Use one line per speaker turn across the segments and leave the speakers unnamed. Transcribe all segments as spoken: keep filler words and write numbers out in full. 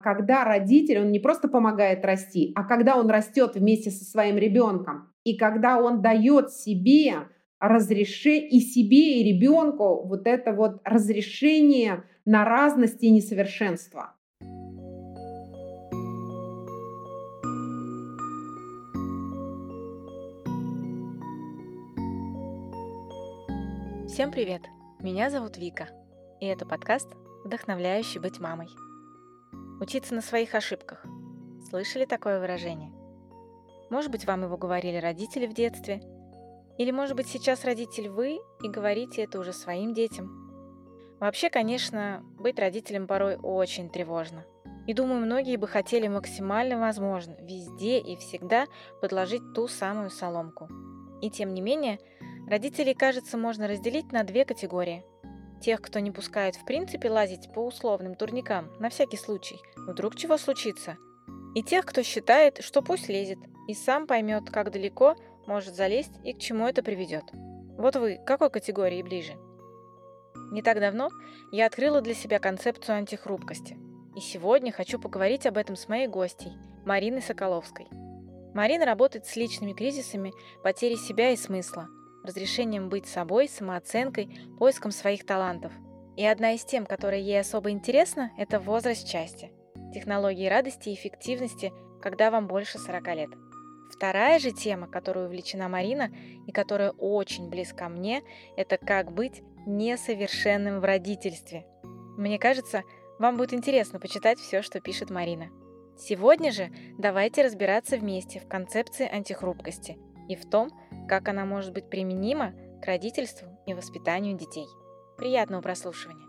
когда родитель, он не просто помогает расти, а когда он растет вместе со своим ребенком. И когда он дает себе разрешение и себе, и ребенку вот это вот разрешение на разность и несовершенство.
Всем привет! Меня зовут Вика, и это подкаст «Вдохновляющий быть мамой». Учиться на своих ошибках. Слышали такое выражение? Может быть, вам его говорили родители в детстве, или, может быть, сейчас родитель вы и говорите это уже своим детям. Вообще, конечно, быть родителем порой очень тревожно. И думаю, многие бы хотели максимально возможно везде и всегда подложить ту самую соломку. И тем не менее, родителей, кажется, можно разделить на две категории. Тех, кто не пускает в принципе лазить по условным турникам, на всякий случай, вдруг чего случится. И тех, кто считает, что пусть лезет, и сам поймет, как далеко может залезть и к чему это приведет. Вот вы к какой категории ближе? Не так давно я открыла для себя концепцию антихрупкости. И сегодня хочу поговорить об этом с моей гостьей, Мариной Соколовской. Марина работает с личными кризисами, потерей себя и смысла, разрешением быть собой, самооценкой, поиском своих талантов. И одна из тем, которая ей особо интересна, это возраст счастья, технологии радости и эффективности, когда вам больше сорока лет. Вторая же тема, которой увлечена Марина и которая очень близка мне, это как быть несовершенным в родительстве. Мне кажется, вам будет интересно почитать все, что пишет Марина. Сегодня же давайте разбираться вместе в концепции антихрупкости и в том, как она может быть применима к родительству и воспитанию детей. Приятного прослушивания!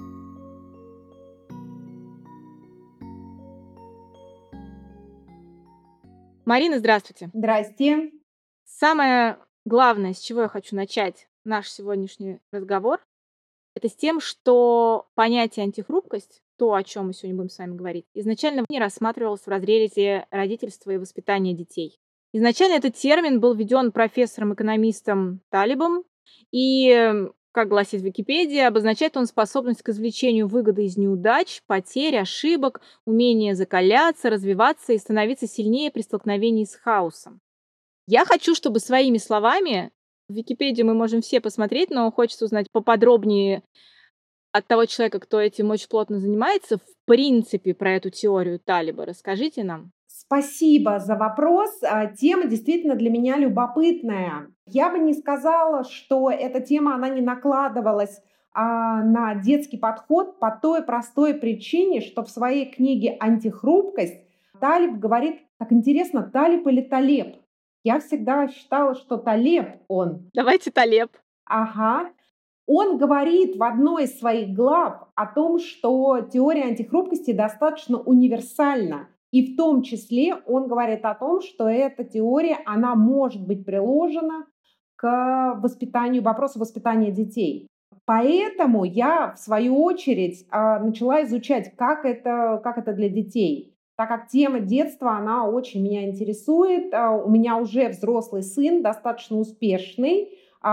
Марина, здравствуйте!
Здрасте!
Самое главное, с чего я хочу начать наш сегодняшний разговор, это с тем, что понятие антихрупкость, то, о чем мы сегодня будем с вами говорить, изначально не рассматривалось в разрезе родительства и воспитания детей. Изначально этот термин был введен профессором-экономистом Талибом, и, как гласит Википедия, обозначает он способность к извлечению выгоды из неудач, потерь, ошибок, умение закаляться, развиваться и становиться сильнее при столкновении с хаосом. Я хочу, чтобы своими словами, в Википедию мы можем все посмотреть, но хочется узнать поподробнее от того человека, кто этим очень плотно занимается, в принципе, про эту теорию Талиба. Расскажите нам.
Спасибо за вопрос. Тема действительно для меня любопытная. Я бы не сказала, что эта тема, она не накладывалась а, на детский подход по той простой причине, что в своей книге «Антихрупкость» Талиб говорит, так интересно, Талиб или Талеб? Я всегда считала, что Талеб он.
Давайте Талеб.
Ага. Он говорит в одной из своих глав о том, что теория антихрупкости достаточно универсальна. И в том числе он говорит о том, что эта теория, она может быть приложена к воспитанию, вопросу воспитания детей. Поэтому я, в свою очередь, начала изучать, как это, как это для детей. Так как тема детства, она очень меня интересует. У меня уже взрослый сын, достаточно успешный,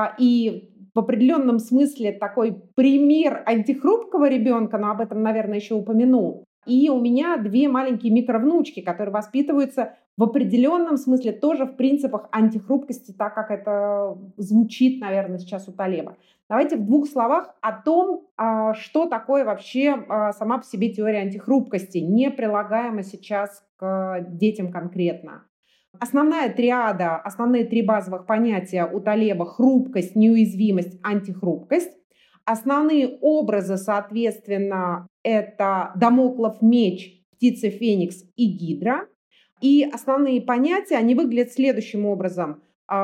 и в определенном смысле такой пример антихрупкого ребенка, но об этом, наверное, еще упомяну. И у меня две маленькие микровнучки, которые воспитываются в определенном смысле тоже в принципах антихрупкости, так как это звучит, наверное, сейчас у Талеба. Давайте в двух словах о том, что такое вообще сама по себе теория антихрупкости, не прилагаема сейчас к детям конкретно. Основная триада, основные три базовых понятия у Талеба — хрупкость, неуязвимость, антихрупкость. Основные образы, соответственно, это Дамоклов меч, птица Феникс и Гидра. И основные понятия, они выглядят следующим образом,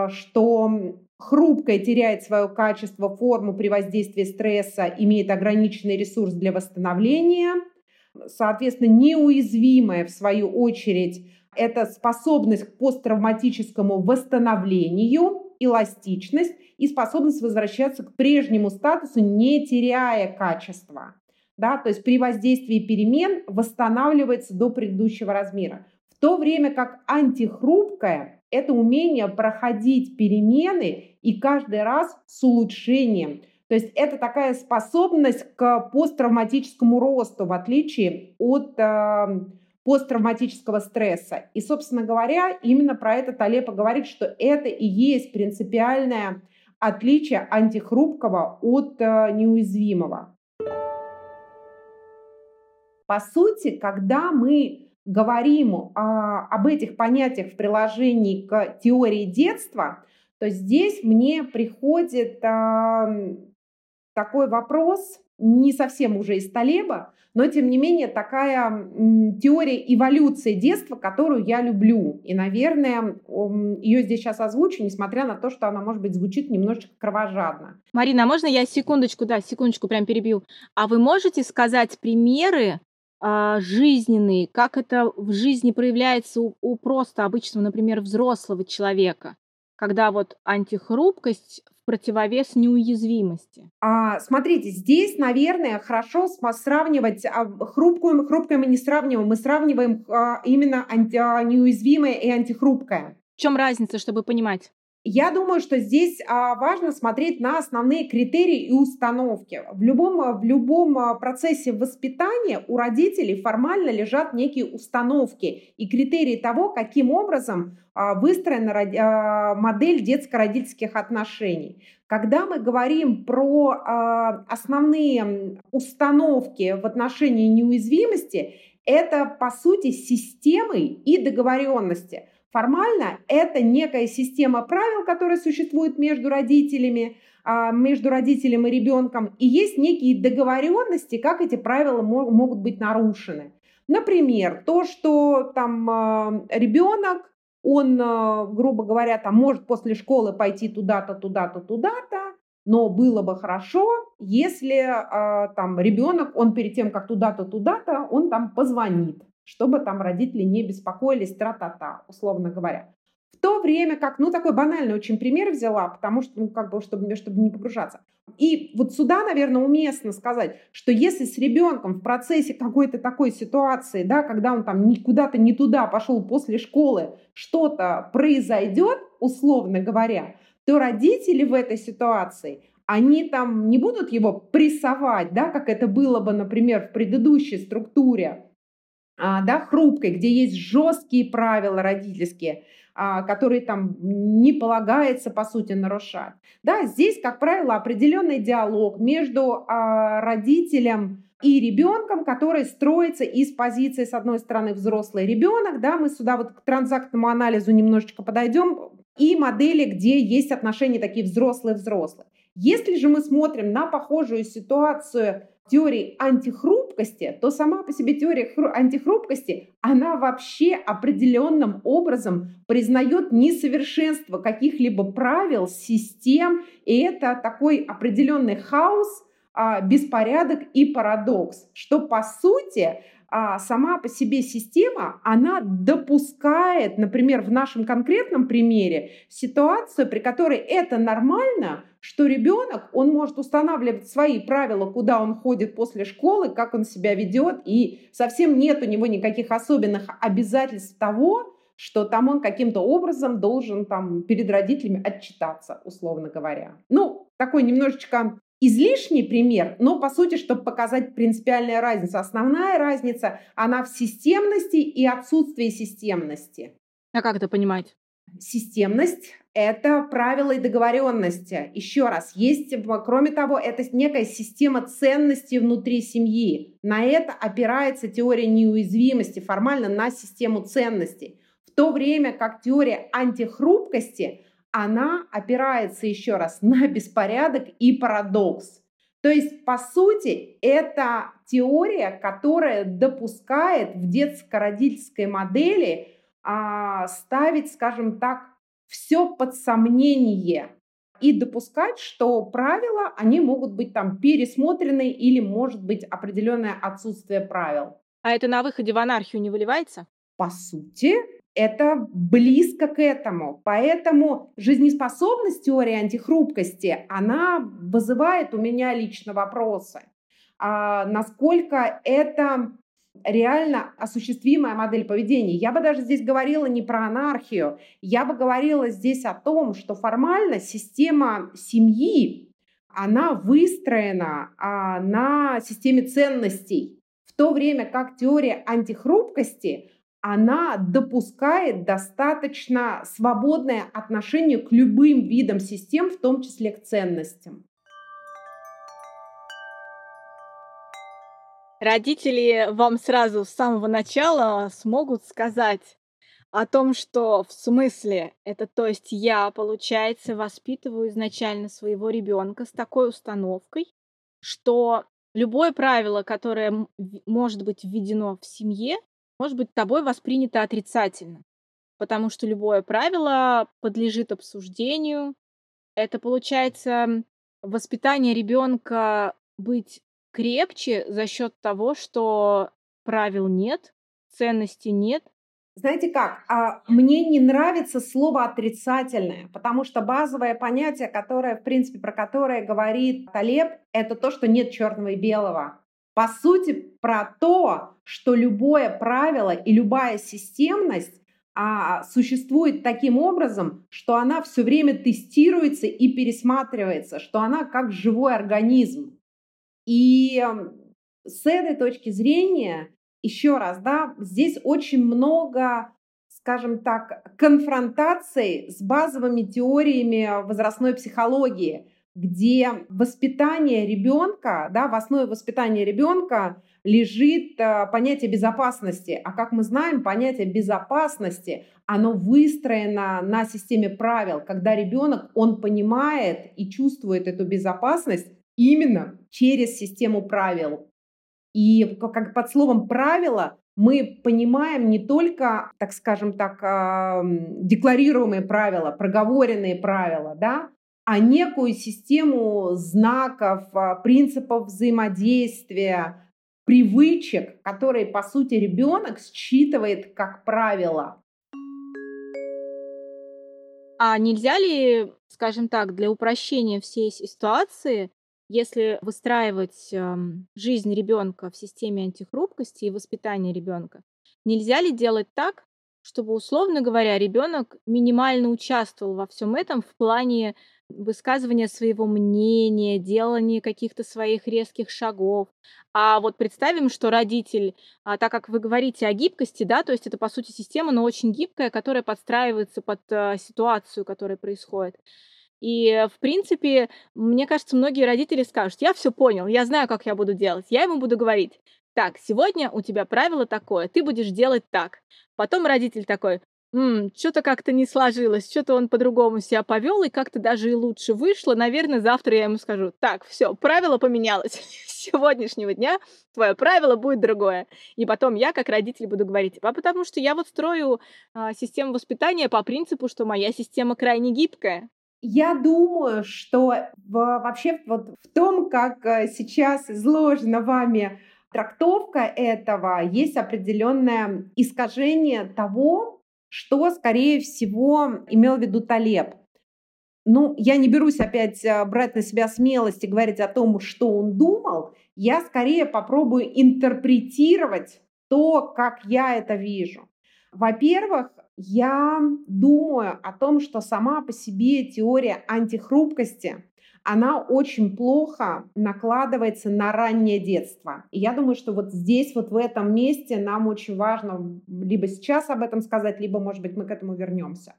что хрупкое теряет свое качество, форму при воздействии стресса, имеет ограниченный ресурс для восстановления. Соответственно, неуязвимое, в свою очередь, это способность к посттравматическому восстановлению, эластичность и способность возвращаться к прежнему статусу, не теряя качества. Да, то есть при воздействии перемен восстанавливается до предыдущего размера. В то время как антихрупкое – это умение проходить перемены и каждый раз с улучшением. То есть это такая способность к посттравматическому росту, в отличие от э, посттравматического стресса. И, собственно говоря, именно про это Талеб говорит, что это и есть принципиальное отличие антихрупкого от э, неуязвимого. По сути, когда мы говорим а, об этих понятиях в приложении к теории детства, то здесь мне приходит а, такой вопрос, не совсем уже из Талеба, но тем не менее такая м, теория эволюции детства, которую я люблю. И, наверное, м, ее здесь сейчас озвучу, несмотря на то, что она, может быть, звучит немножечко кровожадно.
Марина, а можно я секундочку, да, секундочку прям перебью? А вы можете сказать примеры а, жизненные, как это в жизни проявляется у, у просто обычного, например, взрослого человека, когда вот антихрупкость в противовес неуязвимости?
А, смотрите, здесь, наверное, хорошо сма- сравнивать а, хрупкую, хрупкое мы не сравниваем, мы сравниваем а, именно анти- а, неуязвимое и антихрупкое.
В чем разница, чтобы понимать?
Я думаю, что здесь а, важно смотреть на основные критерии и установки. В любом, а, в любом а, процессе воспитания у родителей формально лежат некие установки и критерии того, каким образом а, выстроена роди- а, модель детско-родительских отношений. Когда мы говорим про а, основные м, установки в отношении неуязвимости, это, по сути, системы и договоренности. Формально это некая система правил, которая существует между родителями, а, между родителем и ребенком, и есть некие договоренности, как эти правила мо- могут быть нарушены. Например, то, что там а, ребенок, он, а, грубо говоря, там может после школы пойти туда-то, туда-то, туда-то, но было бы хорошо, если а, там ребенок, он перед тем, как туда-то, туда-то, он там позвонит, чтобы там родители не беспокоились, тра-та-та, условно говоря. В то время как, ну, такой банальный очень пример взяла, потому что, ну, как бы, чтобы, чтобы не погружаться. И вот сюда, наверное, уместно сказать, что если с ребенком в процессе какой-то такой ситуации, да, когда он там куда-то не туда пошел после школы, что-то произойдет, условно говоря, то родители в этой ситуации, они там не будут его прессовать, да, как это было бы, например, в предыдущей структуре, а, да, хрупкой, где есть жесткие правила родительские, а, которые там не полагается, по сути, нарушать. Да, здесь, как правило, определенный диалог между а, родителем и ребенком, который строится из позиции, с одной стороны, взрослый ребенок, да, мы сюда вот к транзактному анализу немножечко подойдем, и модели, где есть отношения такие взрослые-взрослые. Если же мы смотрим на похожую ситуацию теории антихрупкости, то сама по себе теория антихрупкости, она вообще определенным образом признает несовершенство каких-либо правил, систем, и это такой определенный хаос, беспорядок и парадокс, что по сути сама по себе система, она допускает, например, в нашем конкретном примере, ситуацию, при которой это нормально, что ребенок, он может устанавливать свои правила, куда он ходит после школы, как он себя ведет, и совсем нет у него никаких особенных обязательств того, что там он каким-то образом должен там перед родителями отчитаться, условно говоря. Ну, такой немножечко излишний пример, но по сути, чтобы показать принципиальную разницу. Основная разница, она в системности и отсутствии системности.
А как это понимать?
Системность – это правила и договоренности. Еще раз, есть, кроме того, это некая система ценностей внутри семьи. На это опирается теория неуязвимости, формально на систему ценностей. В то время как теория антихрупкости, она опирается, еще раз, на беспорядок и парадокс. То есть, по сути, это теория, которая допускает в детско-родительской модели а, ставить, скажем так, все под сомнение и допускать, что правила, они могут быть там пересмотрены или может быть определенное отсутствие правил.
А это на выходе в анархию не выливается?
По сути, это близко к этому. Поэтому жизнеспособность теории антихрупкости, она вызывает у меня лично вопросы. А насколько это реально осуществимая модель поведения. Я бы даже здесь говорила не про анархию, я бы говорила здесь о том, что формально система семьи, она выстроена а, на системе ценностей, в то время как теория антихрупкости, она допускает достаточно свободное отношение к любым видам систем, в том числе к ценностям.
Родители вам сразу с самого начала смогут сказать о том, что в смысле это, то есть я, получается, воспитываю изначально своего ребенка с такой установкой, что любое правило, которое м- в- может быть введено в семье, может быть тобой воспринято отрицательно, потому что любое правило подлежит обсуждению. Это получается м, воспитание ребенка быть крепче за счет того, что правил нет, ценностей нет.
Знаете как, а, мне не нравится слово «отрицательное», потому что базовое понятие, которое, в принципе, про которое говорит Талеб, это то, что нет черного и белого. По сути, про то, что любое правило и любая системность а, существует таким образом, что она все время тестируется и пересматривается, что она как живой организм. И м, с этой точки зрения, еще раз, да, здесь очень много, скажем так, конфронтаций с базовыми теориями возрастной психологии, где воспитание ребенка, да, в основе воспитания ребенка лежит э, понятие безопасности. А как мы знаем, понятие безопасности, оно выстроено на системе правил, когда ребенок, он понимает и чувствует эту безопасность именно через систему правил. И как под словом «правило» мы понимаем не только, так скажем так, ам, декларируемые правила, проговоренные правила, да, а некую систему знаков, а, принципов взаимодействия, привычек, которые, по сути, ребенок считывает как правила.
А нельзя ли, скажем так, для упрощения всей ситуации, если выстраивать эм, жизнь ребенка в системе антихрупкости и воспитания ребенка, нельзя ли делать так, чтобы, условно говоря, ребенок минимально участвовал во всем этом в плане высказывания своего мнения, делания каких-то своих резких шагов. А вот представим, что родитель, а, так как вы говорите о гибкости, да, то есть это, по сути, система, но очень гибкая, которая подстраивается под а, ситуацию, которая происходит. И, э, в принципе, мне кажется, многие родители скажут: я все понял, я знаю, как я буду делать. Я ему буду говорить: так, сегодня у тебя правило такое, ты будешь делать так. Потом родитель такой: что то как-то не сложилось, что то он по-другому себя повел, и как-то даже и лучше вышло. Наверное, завтра я ему скажу: так, все, правило поменялось. С сегодняшнего дня твое правило будет другое. И потом я, как родитель, буду говорить: а потому что я вот строю а, систему воспитания по принципу, что моя система крайне гибкая.
Я думаю, что в вообще вот в том, как, э, сейчас изложена вами трактовка этого, есть определенное искажение того, что, скорее всего, имел в виду Талеб. Ну, я не берусь опять, а, брать на себя смелость и говорить о том, что он думал. Я скорее попробую интерпретировать то, как я это вижу. Во-первых, я думаю о том, что сама по себе теория антихрупкости, она очень плохо накладывается на раннее детство. И я думаю, что вот здесь, вот в этом месте нам очень важно либо сейчас об этом сказать, либо, может быть, мы к этому вернемся.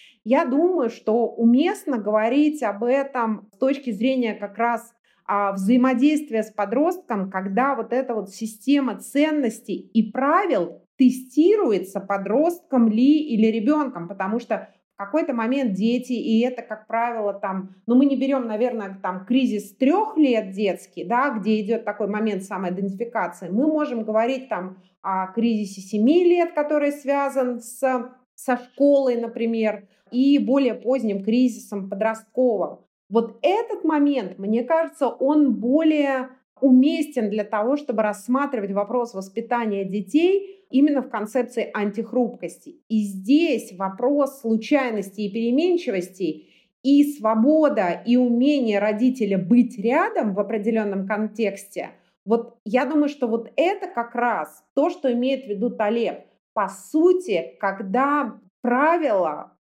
Я думаю, что уместно говорить об этом с точки зрения как раз а, взаимодействия с подростком, когда вот эта вот система ценностей и правил тестируется подростком ли или ребенком, потому что в какой-то момент дети, и это, как правило, там, ну, мы не берем, наверное, там кризис трех лет детский, да, где идет такой момент самоидентификации, мы можем говорить там о кризисе семи лет, который связан с, со школой, например, и более поздним кризисом подростковым. Вот этот момент, мне кажется, он более уместен для того, чтобы рассматривать вопрос воспитания детей именно в концепции антихрупкости. И здесь вопрос случайности и переменчивости и свобода и умение родителя быть рядом в определенном контексте, вот я думаю, что вот это как раз то, что имеет в виду Талеб. По сути, когда правила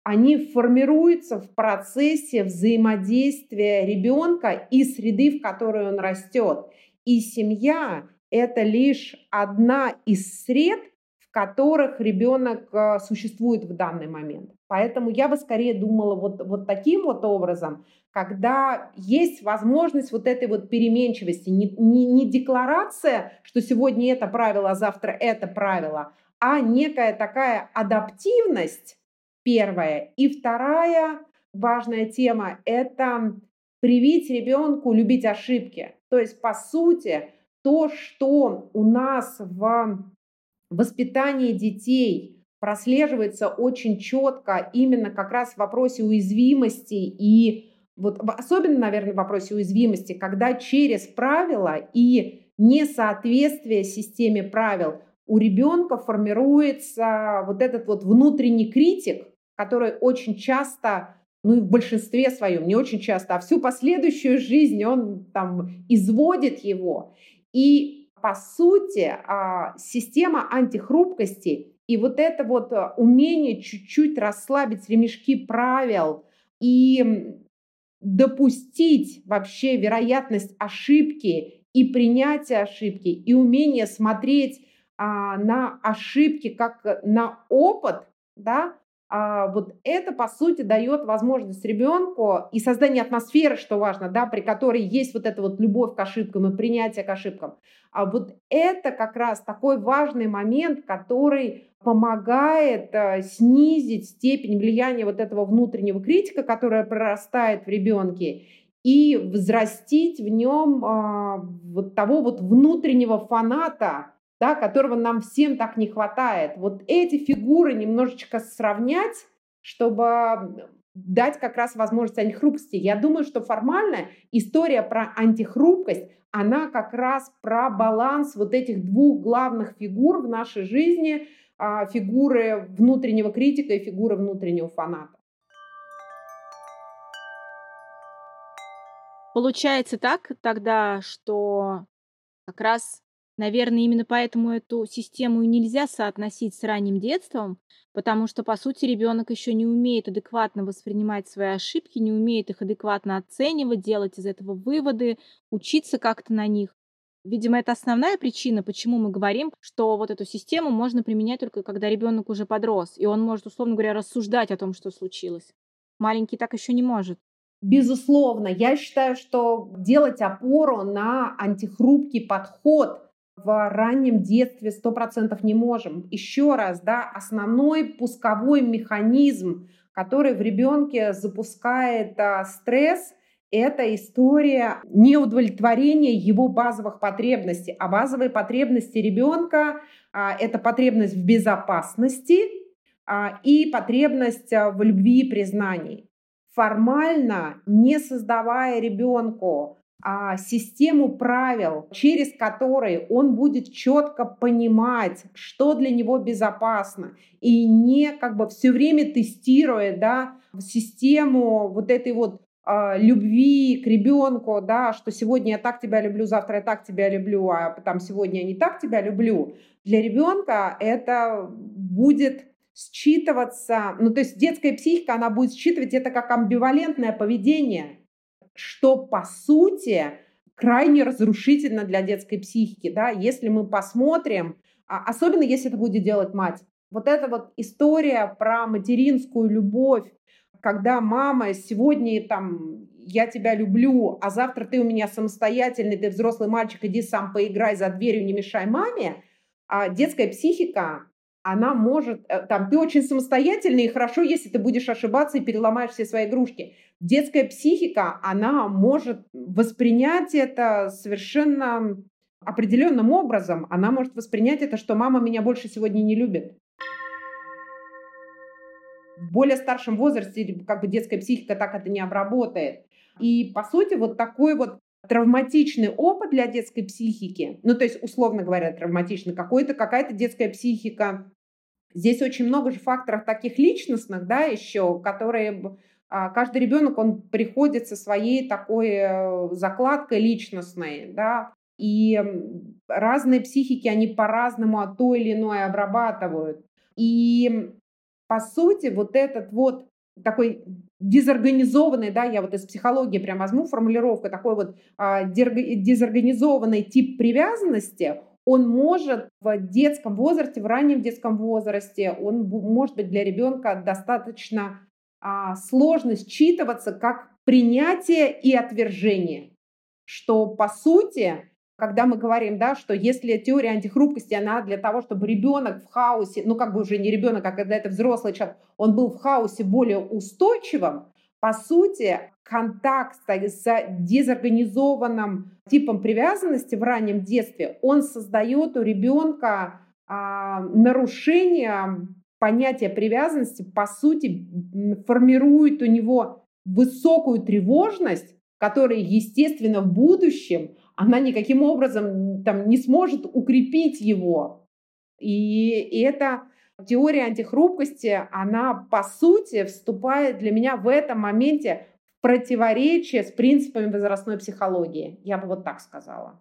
они формируются в процессе взаимодействия ребенка и среды, в которой он растет. И семья – это лишь одна из сред, в которых ребенок существует в данный момент. Поэтому я бы скорее думала вот, вот таким вот образом, когда есть возможность вот этой вот переменчивости, не, не, не декларация, что сегодня это правило, а завтра это правило, а некая такая адаптивность, первая. И вторая важная тема – это привить ребенку любить ошибки. То есть, по сути, то, что у нас в воспитании детей прослеживается очень четко именно как раз в вопросе уязвимости и вот особенно, наверное, в вопросе уязвимости, когда через правила и несоответствие системе правил у ребенка формируется вот этот вот внутренний критик, который очень часто, ну и в большинстве своем, не очень часто, а всю последующую жизнь он там изводит его. И по сути система антихрупкости и вот это вот умение чуть-чуть расслабить ремешки правил и допустить вообще вероятность ошибки и принятие ошибки, и умение смотреть а, на ошибки как на опыт, да, а, вот это, по сути, дает возможность ребенку и создание атмосферы, что важно, да, при которой есть вот эта вот любовь к ошибкам и принятие к ошибкам. А вот это как раз такой важный момент, который помогает а, снизить степень влияния вот этого внутреннего критика, которая прорастает в ребенке, и взрастить в нем а, вот того вот внутреннего фаната, да, которого нам всем так не хватает. Вот эти фигуры немножечко сравнять, чтобы дать как раз возможность антихрупкости. Я думаю, что формально история про антихрупкость, она как раз про баланс вот этих двух главных фигур в нашей жизни, фигуры внутреннего критика и фигуры внутреннего фаната.
Получается так тогда, что как раз, наверное, именно поэтому эту систему и нельзя соотносить с ранним детством, потому что, по сути, ребенок еще не умеет адекватно воспринимать свои ошибки, не умеет их адекватно оценивать, делать из этого выводы, учиться как-то на них. Видимо, это основная причина, почему мы говорим, что вот эту систему можно применять только когда ребенок уже подрос, и он может, условно говоря, рассуждать о том, что случилось. Маленький так еще не может.
Безусловно, я считаю, что делать опору на антихрупкий подход в раннем детстве сто процентов не можем. Еще раз, да, основной пусковой механизм, который в ребенке запускает а, стресс, это история неудовлетворения его базовых потребностей. А базовые потребности ребенка а, – это потребность в безопасности а, и потребность а, в любви и признании. Формально, не создавая ребенку а, систему правил, через которые он будет четко понимать, что для него безопасно, и не как бы все время тестируя, да, систему вот этой вот а, любви к ребенку, да, что сегодня я так тебя люблю, завтра я так тебя люблю, а потом сегодня я не так тебя люблю. Для ребенка это будет считываться, ну то есть детская психика, она будет считывать это как амбивалентное поведение, что по сути крайне разрушительно для детской психики, да, если мы посмотрим, особенно если это будет делать мать. Вот эта вот история про материнскую любовь, когда мама сегодня там я тебя люблю, а завтра ты у меня самостоятельный, ты взрослый мальчик, иди сам поиграй за дверью, не мешай маме, а детская психика, она может, там, ты очень самостоятельный, и хорошо, если ты будешь ошибаться и переломаешь все свои игрушки. Детская психика, она может воспринять это совершенно определенным образом. Она может воспринять это, что мама меня больше сегодня не любит. В более старшем возрасте как бы детская психика так это не обработает. И, по сути, вот такой вот травматичный опыт для детской психики, ну, то есть, условно говоря, травматичный, какой-то, какая-то детская психика. Здесь очень много же факторов таких личностных, да, еще, которые каждый ребенок, он приходит со своей такой закладкой личностной, да, и разные психики, они по-разному то или иное обрабатывают. И, по сути, вот этот вот такой дезорганизованный, да, я вот из психологии прям возьму формулировку, такой вот а, дезорганизованный тип привязанности, он может в детском возрасте, в раннем детском возрасте, он может быть для ребенка достаточно а, сложно считываться как принятие и отвержение. Что, по сути, когда мы говорим, да, что если теория антихрупкости, она для того, чтобы ребенок в хаосе, ну как бы уже не ребенок, а когда это взрослый человек, он был в хаосе более устойчивым, по сути, контакт с дезорганизованным типом привязанности в раннем детстве, он создает у ребенка а, нарушение понятия привязанности, по сути, формирует у него высокую тревожность, которая, естественно, в будущем, она никаким образом там, не сможет укрепить его. И, и эта теория антихрупкости, она, по сути, вступает для меня в этом моменте в противоречие с принципами возрастной психологии. Я бы вот так сказала.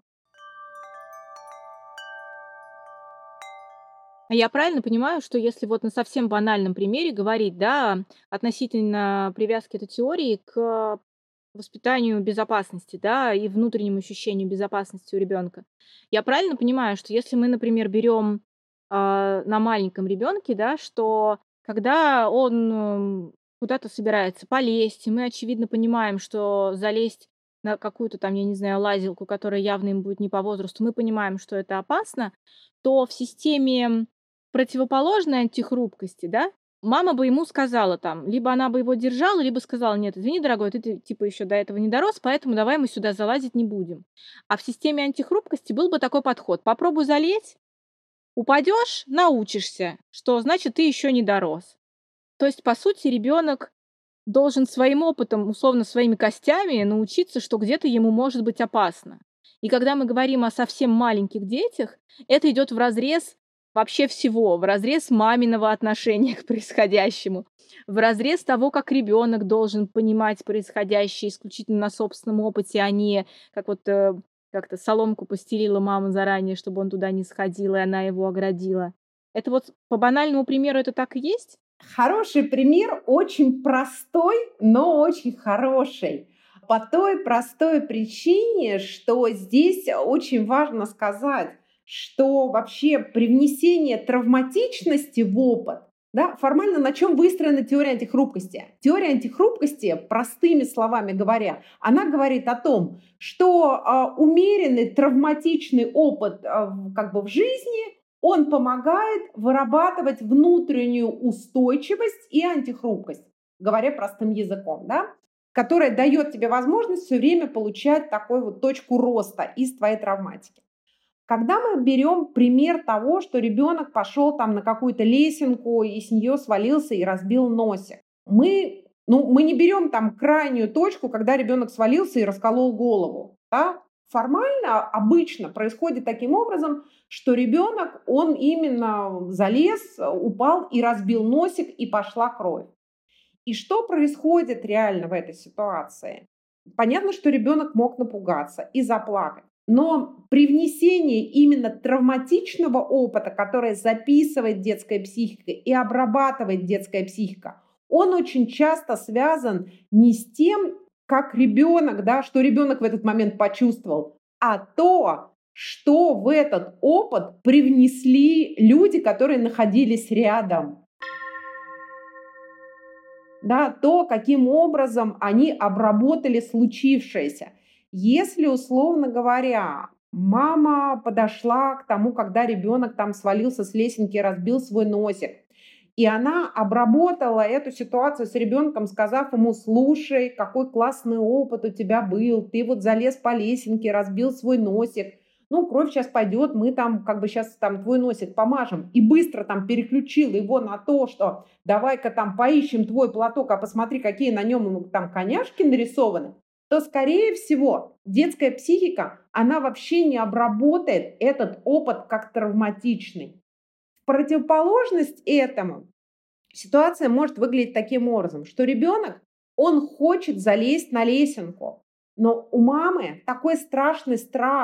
А я правильно понимаю, что если вот на совсем банальном примере говорить, да, относительно привязки этой теории к воспитанию безопасности, да, и внутреннему ощущению безопасности у ребенка, я правильно понимаю, что если мы, например, берем э, на маленьком ребенке, да, что когда он э, куда-то собирается полезть, и мы очевидно понимаем, что залезть на какую-то там, я не знаю, лазилку, которая явно им будет не по возрасту, мы понимаем, что это опасно, то в системе противоположной антихрупкости, да, мама бы ему сказала там, либо она бы его держала, либо сказала: нет, извини, дорогой, ты, ты типа еще до этого не дорос, поэтому давай мы сюда залазить не будем. А в системе антихрупкости был бы такой подход: попробуй залезть, упадешь, научишься, что значит ты еще не дорос. То есть, по сути, ребенок должен своим опытом, условно, своими костями научиться, что где-то ему может быть опасно. И когда мы говорим о совсем маленьких детях, это идет вразрез вообще всего, вразрез маминого отношения к происходящему, вразрез того, как ребенок должен понимать происходящее исключительно на собственном опыте, а не как вот э, как-то соломку постелила мама заранее, чтобы он туда не сходил, и она его оградила. Это вот по банальному примеру это так и есть?
Хороший пример, очень простой, но очень хороший. По той простой причине, что здесь очень важно сказать, что вообще привнесение травматичности в опыт, да, формально на чем выстроена теория антихрупкости? Теория антихрупкости, простыми словами говоря, она говорит о том, что э, умеренный травматичный опыт э, как бы в жизни, он помогает вырабатывать внутреннюю устойчивость и антихрупкость, говоря простым языком, да, которая дает тебе возможность все время получать такую вот точку роста из твоей травматики. Когда мы берем пример того, что ребенок пошел там на какую-то лесенку и с нее свалился и разбил носик, мы, ну, мы не берем там крайнюю точку, когда ребенок свалился и расколол голову. Да? Формально обычно происходит таким образом, что ребенок, он именно залез, упал и разбил носик, и пошла кровь. И что происходит реально в этой ситуации? Понятно, что ребенок мог напугаться и заплакать. Но при внесении именно травматичного опыта, который записывает детская психика и обрабатывает детская психика, он очень часто связан не с тем, как ребенок, да, что ребенок в этот момент почувствовал, а то, что в этот опыт привнесли люди, которые находились рядом. Да, то, каким образом они обработали случившееся. Если, условно говоря, мама подошла к тому, когда ребенок там свалился с лесенки и разбил свой носик, и она обработала эту ситуацию с ребенком, сказав ему: слушай, какой классный опыт у тебя был, ты вот залез по лесенке, разбил свой носик, ну, кровь сейчас пойдет, мы там как бы сейчас там твой носик помажем, и быстро там переключила его на то, что давай-ка там поищем твой платок, а посмотри, какие на нем там коняшки нарисованы, то, скорее всего, детская психика, она вообще не обработает этот опыт как травматичный. В противоположность этому ситуация может выглядеть таким образом, что ребенок, он хочет залезть на лесенку, но у мамы такой страшный страх,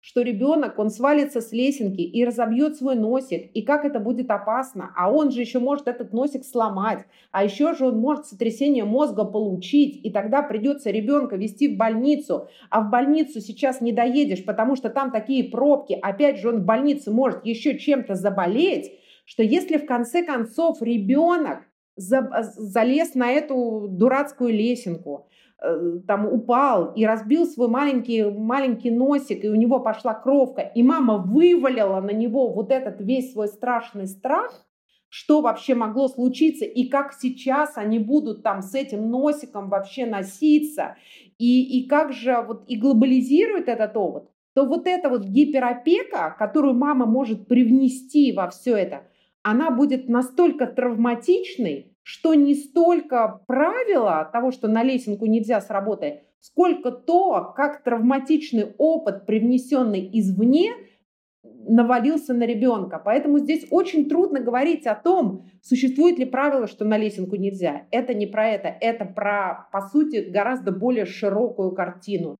что ребенок, он свалится с лесенки и разобьет свой носик, и как это будет опасно. А он же еще может этот носик сломать, а еще же он может сотрясение мозга получить, и тогда придется ребенка везти в больницу, а в больницу сейчас не доедешь, потому что там такие пробки, опять же он в больнице может еще чем-то заболеть, что если в конце концов ребенок залез на эту дурацкую лесенку, там упал и разбил свой маленький, маленький носик, и у него пошла кровка, и мама вывалила на него вот этот весь свой страшный страх, что вообще могло случиться, и как сейчас они будут там с этим носиком вообще носиться, и, и как же вот и глобализирует этот опыт, то вот эта вот гиперопека, которую мама может привнести во все это, она будет настолько травматичной, что не столько правило того, что на лесенку нельзя сработать, сколько то, как травматичный опыт, привнесенный извне, навалился на ребенка. Поэтому здесь очень трудно говорить о том, существует ли правило, что на лесенку нельзя. Это не про это, это про, по сути, гораздо более широкую картину.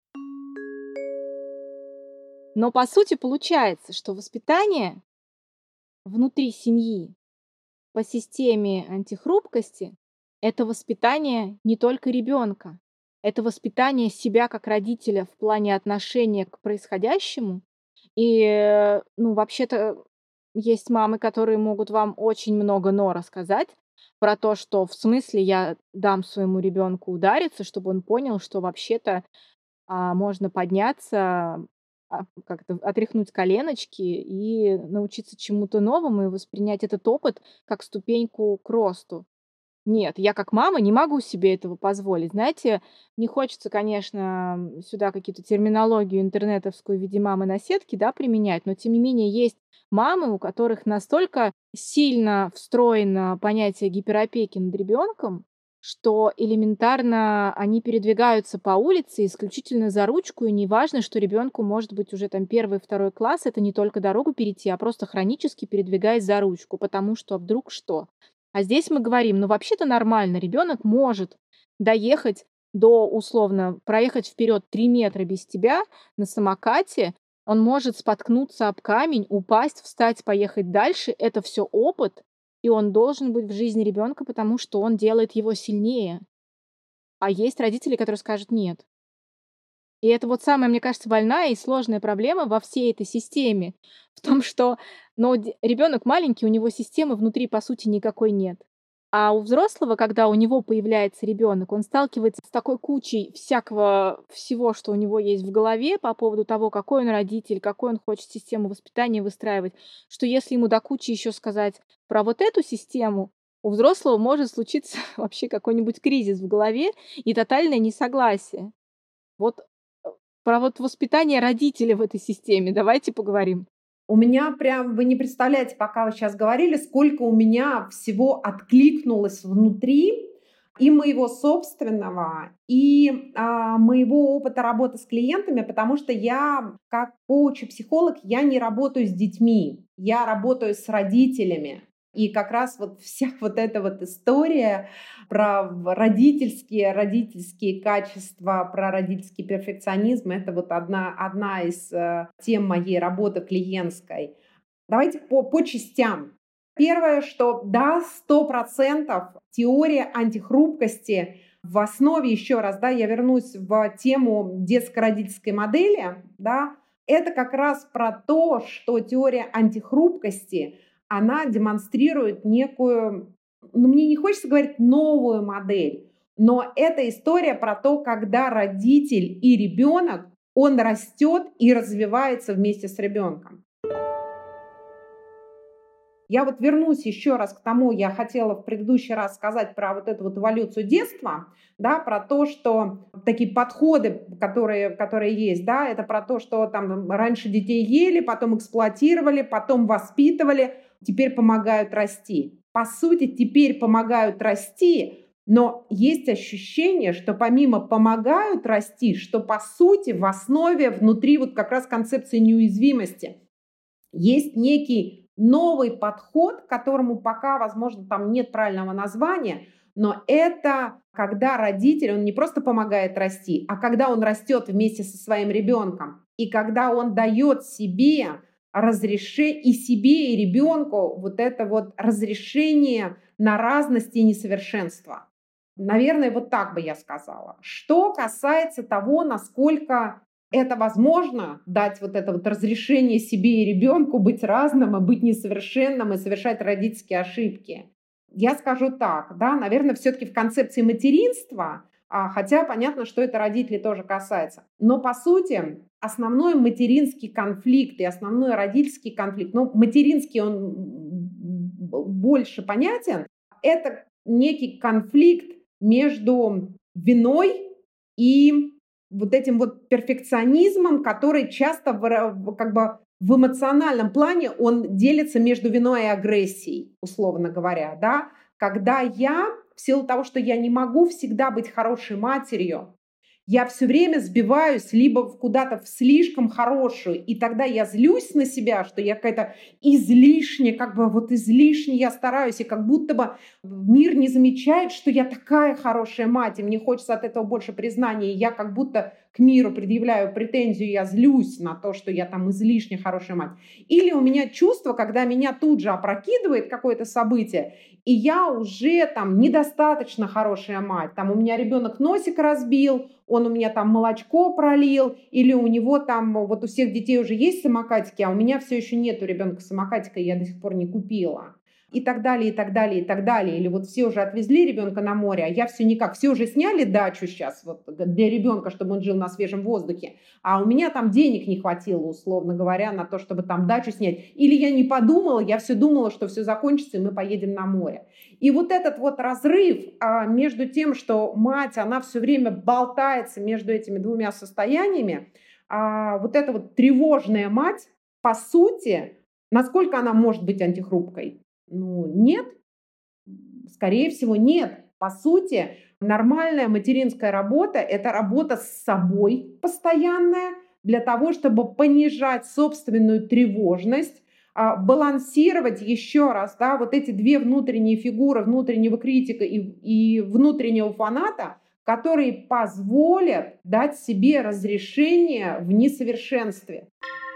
Но по сути получается, что воспитание внутри семьи по системе антихрупкости — это воспитание не только ребенка, это воспитание себя как родителя в плане отношения к происходящему. И, ну, вообще-то есть мамы, которые могут вам очень много «но» рассказать про то, что в смысле я дам своему ребенку удариться, чтобы он понял, что вообще-то а, можно подняться, а, как-то отряхнуть коленочки и научиться чему-то новому и воспринять этот опыт как ступеньку к росту. Нет, я как мама не могу себе этого позволить. Знаете, не хочется, конечно, сюда какие-то терминологию интернетовскую в виде мамы на сетке, да, применять, но тем не менее есть мамы, у которых настолько сильно встроено понятие гиперопеки над ребенком, что элементарно они передвигаются по улице исключительно за ручку, и неважно, что ребенку может быть уже там первый, второй класс, это не только дорогу перейти, а просто хронически передвигаясь за ручку, потому что вдруг что. А здесь мы говорим, ну вообще-то нормально, ребенок может доехать до, условно, проехать вперед три метра без тебя на самокате, он может споткнуться об камень, упасть, встать, поехать дальше. Это все опыт, и он должен быть в жизни ребенка, потому что он делает его сильнее. А есть родители, которые скажут нет. И это вот самая, мне кажется, больная и сложная проблема во всей этой системе. В том, что ну, ребенок маленький, у него системы внутри, по сути, никакой нет. А у взрослого, когда у него появляется ребенок, он сталкивается с такой кучей всякого всего, что у него есть в голове по поводу того, какой он родитель, какой он хочет систему воспитания выстраивать, что если ему до кучи еще сказать про вот эту систему, у взрослого может случиться вообще какой-нибудь кризис в голове и тотальное несогласие. Вот про вот воспитание родителя в этой системе давайте поговорим.
У меня прям, вы не представляете, пока вы сейчас говорили, сколько у меня всего откликнулось внутри и моего собственного, и а, моего опыта работы с клиентами, потому что я, как коуч и психолог, я не работаю с детьми, я работаю с родителями. И как раз вот вся вот эта вот история про родительские, родительские качества, про родительский перфекционизм, это вот одна, одна из э, тем моей работы клиентской. Давайте по, по частям. Первое, что да, сто процентов теория антихрупкости в основе, еще раз, да, я вернусь в тему детско-родительской модели, да, это как раз про то, что теория антихрупкости она демонстрирует некую, ну, мне не хочется говорить новую модель, но это история про то, когда родитель и ребенок, он растет и развивается вместе с ребенком. Я вот вернусь еще раз к тому, я хотела в предыдущий раз сказать про вот эту вот эволюцию детства, да, про то, что такие подходы, которые, которые есть, да, это про то, что там раньше детей ели, потом эксплуатировали, потом воспитывали, теперь помогают расти. По сути, теперь помогают расти, но есть ощущение, что помимо помогают расти, что по сути в основе внутри вот как раз концепции неуязвимости есть некий новый подход, которому пока, возможно, там нет правильного названия, но это когда родитель, он не просто помогает расти, а когда он растет вместе со своим ребенком. И когда он дает себе разрешение, и себе, и ребенку вот это вот разрешение на разность и несовершенство. Наверное, вот так бы я сказала. Что касается того, насколько это возможно, дать вот это вот разрешение себе и ребенку быть разным, и быть несовершенным, и совершать родительские ошибки. Я скажу так, да, наверное, все-таки в концепции материнства, а, хотя понятно, что это родителей тоже касается. Но по сути основной материнский конфликт и основной родительский конфликт, ну, материнский он больше понятен, это некий конфликт между виной и вот этим вот перфекционизмом, который часто в, как бы в эмоциональном плане он делится между виной и агрессией, условно говоря, да, когда я в силу того, что я не могу всегда быть хорошей матерью, я все время сбиваюсь либо куда-то в слишком хорошую, и тогда я злюсь на себя, что я какая-то излишне, как бы вот излишне я стараюсь, и как будто бы мир не замечает, что я такая хорошая мать, и мне хочется от этого больше признания, и я как будто к миру предъявляю претензию, я злюсь на то, что я там излишне хорошая мать. Или у меня чувство, когда меня тут же опрокидывает какое-то событие, и я уже там недостаточно хорошая мать. Там у меня ребенок носик разбил, он у меня там молочко пролил, или у него там, вот у всех детей уже есть самокатики, а у меня все еще нет у ребенка самокатика, и я до сих пор не купила. И так далее, и так далее, и так далее. Или вот все уже отвезли ребенка на море, а я все никак. Все уже сняли дачу сейчас вот для ребенка, чтобы он жил на свежем воздухе, а у меня там денег не хватило, условно говоря, на то, чтобы там дачу снять. Или я не подумала, я все думала, что все закончится, и мы поедем на море. И вот этот вот разрыв а, между тем, что мать, она все время болтается между этими двумя состояниями, а, вот эта вот тревожная мать, по сути, насколько она может быть антихрупкой? Ну, нет, скорее всего, нет. По сути, нормальная материнская работа – это работа с собой постоянная для того, чтобы понижать собственную тревожность, балансировать еще раз, да, вот эти две внутренние фигуры, внутреннего критика и, и внутреннего фаната, которые позволят дать себе разрешение в несовершенстве.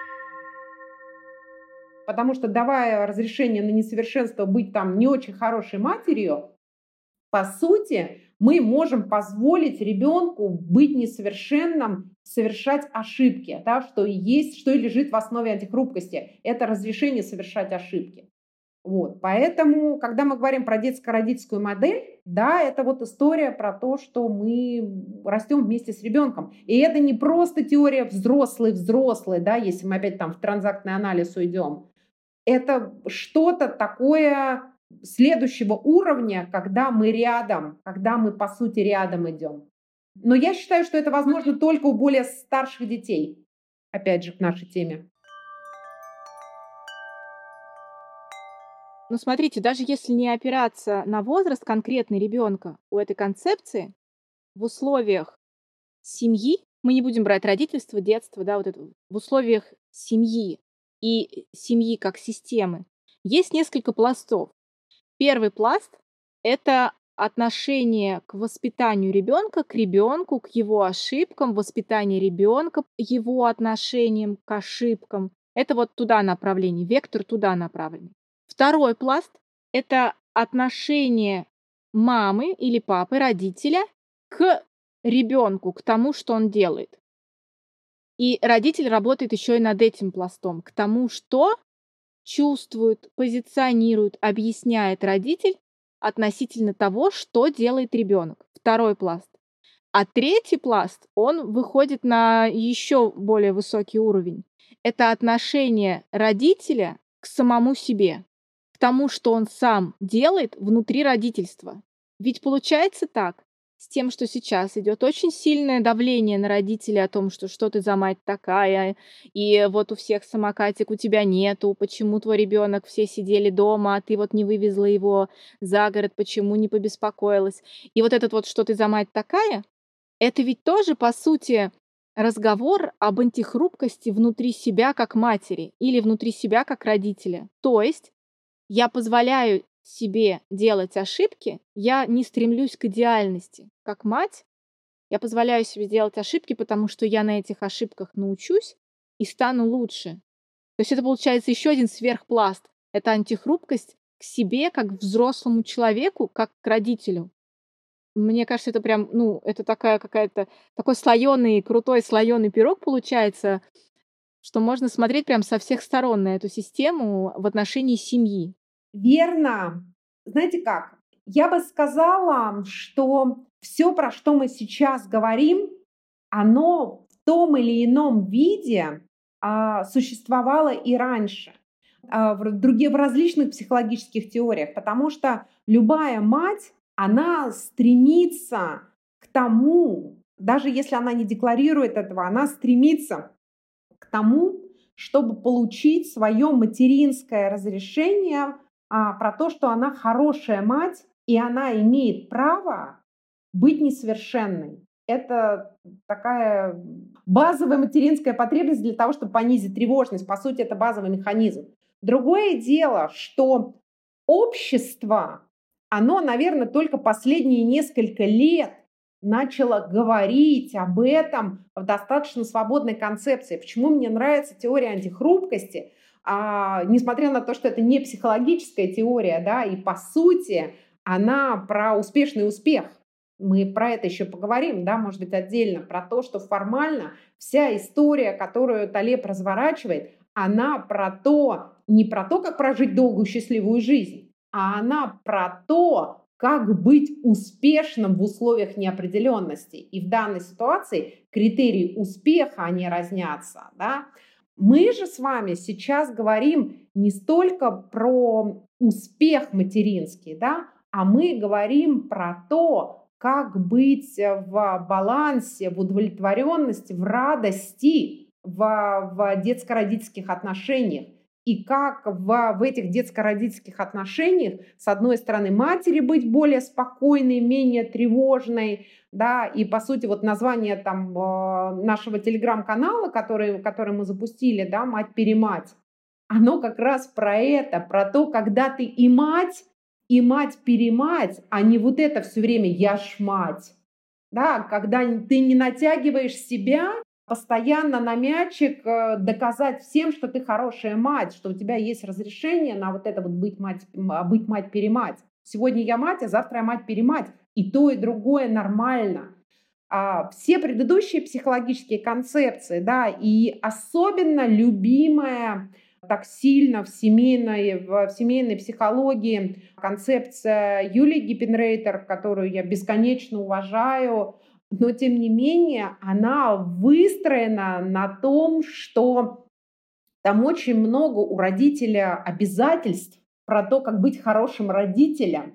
Потому что, давая разрешение на несовершенство быть там не очень хорошей матерью, по сути, мы можем позволить ребенку быть несовершенным, совершать ошибки, да, что и есть, что и лежит в основе антихрупкости. Это разрешение совершать ошибки. Вот. Поэтому, когда мы говорим про детско-родительскую модель, да, это вот история про то, что мы растем вместе с ребенком. И это не просто теория взрослый-взрослый, да, если мы опять там в транзактный анализ уйдем. Это что-то такое следующего уровня, когда мы рядом, когда мы, по сути, рядом идем. Но я считаю, что это возможно только у более старших детей. Опять же, к нашей теме.
Ну, смотрите, даже если не опираться на возраст конкретно ребенка, у этой концепции в условиях семьи, мы не будем брать родительство, детство, да, вот это, в условиях семьи и семьи как системы, есть несколько пластов. Первый пласт – это отношение к воспитанию ребенка, к ребенку, к его ошибкам, воспитание ребенка, его отношениям к ошибкам. Это вот туда направление, вектор туда направленный. Второй пласт – это отношение мамы или папы, родителя к ребенку, к тому, что он делает. И родитель работает еще и над этим пластом, к тому, что чувствует, позиционирует, объясняет родитель относительно того, что делает ребенок. Второй пласт. А третий пласт, он выходит на еще более высокий уровень. Это отношение родителя к самому себе, к тому, что он сам делает внутри родительства. Ведь получается так, с тем, что сейчас идет очень сильное давление на родителей о том, что что ты за мать такая, и вот у всех самокатик, у тебя нету, почему твой ребенок, все сидели дома, а ты вот не вывезла его за город, почему не побеспокоилась. И вот этот вот «что ты за мать такая», это ведь тоже, по сути, разговор об антихрупкости внутри себя как матери или внутри себя как родителя. То есть я позволяю себе делать ошибки, я не стремлюсь к идеальности. Как мать, я позволяю себе делать ошибки, потому что я на этих ошибках научусь, и стану лучше. То есть это получается еще один сверхпласт. Это антихрупкость к себе, как к взрослому человеку, как к родителю. Мне кажется, это прям, ну, это такая какая-то такой слоеный, крутой слоеный пирог получается, что можно смотреть прям со всех сторон на эту систему в отношении семьи.
Верно. Знаете как? Я бы сказала, что все, про что мы сейчас говорим, оно в том или ином виде а, существовало и раньше а, в, других, в различных психологических теориях, потому что любая мать, она стремится к тому, даже если она не декларирует этого, она стремится к тому, чтобы получить свое материнское разрешение а, про то, что она хорошая мать, и она имеет право быть несовершенной. Это такая базовая материнская потребность для того, чтобы понизить тревожность. По сути, это базовый механизм. Другое дело, что общество, оно, наверное, только последние несколько лет начало говорить об этом в достаточно свободной концепции. Почему мне нравится теория антихрупкости? А, несмотря на то, что это не психологическая теория, да, и по сути она про успешный успех. Мы про это еще поговорим, да, может быть, отдельно, про то, что формально вся история, которую Талеб разворачивает, она про то, не про то, как прожить долгую счастливую жизнь, а она про то, как быть успешным в условиях неопределенности. И в данной ситуации критерии успеха, они разнятся, да. Мы же с вами сейчас говорим не столько про успех материнский, да, а мы говорим про то, как быть в балансе, в удовлетворенности, в радости в, в детско-родительских отношениях. И как в, в этих детско-родительских отношениях, с одной стороны, матери быть более спокойной, менее тревожной, да, и, по сути, вот название там нашего телеграм-канала, который, который мы запустили, да, «Мать-перемать», оно как раз про это, про то, когда ты и мать, и мать-перемать, а не вот это все время «я ж мать». Да, когда ты не натягиваешь себя постоянно на мячик, доказать всем, что ты хорошая мать, что у тебя есть разрешение на вот это вот быть мать, быть мать-перемать. Сегодня я мать, а завтра я мать-перемать. И то, и другое нормально. А все предыдущие психологические концепции, да, и особенно любимая так сильно в семейной, в семейной психологии концепция Юлии Гиппенрейтер, которую я бесконечно уважаю, но тем не менее она выстроена на том, что там очень много у родителя обязательств про то, как быть хорошим родителем,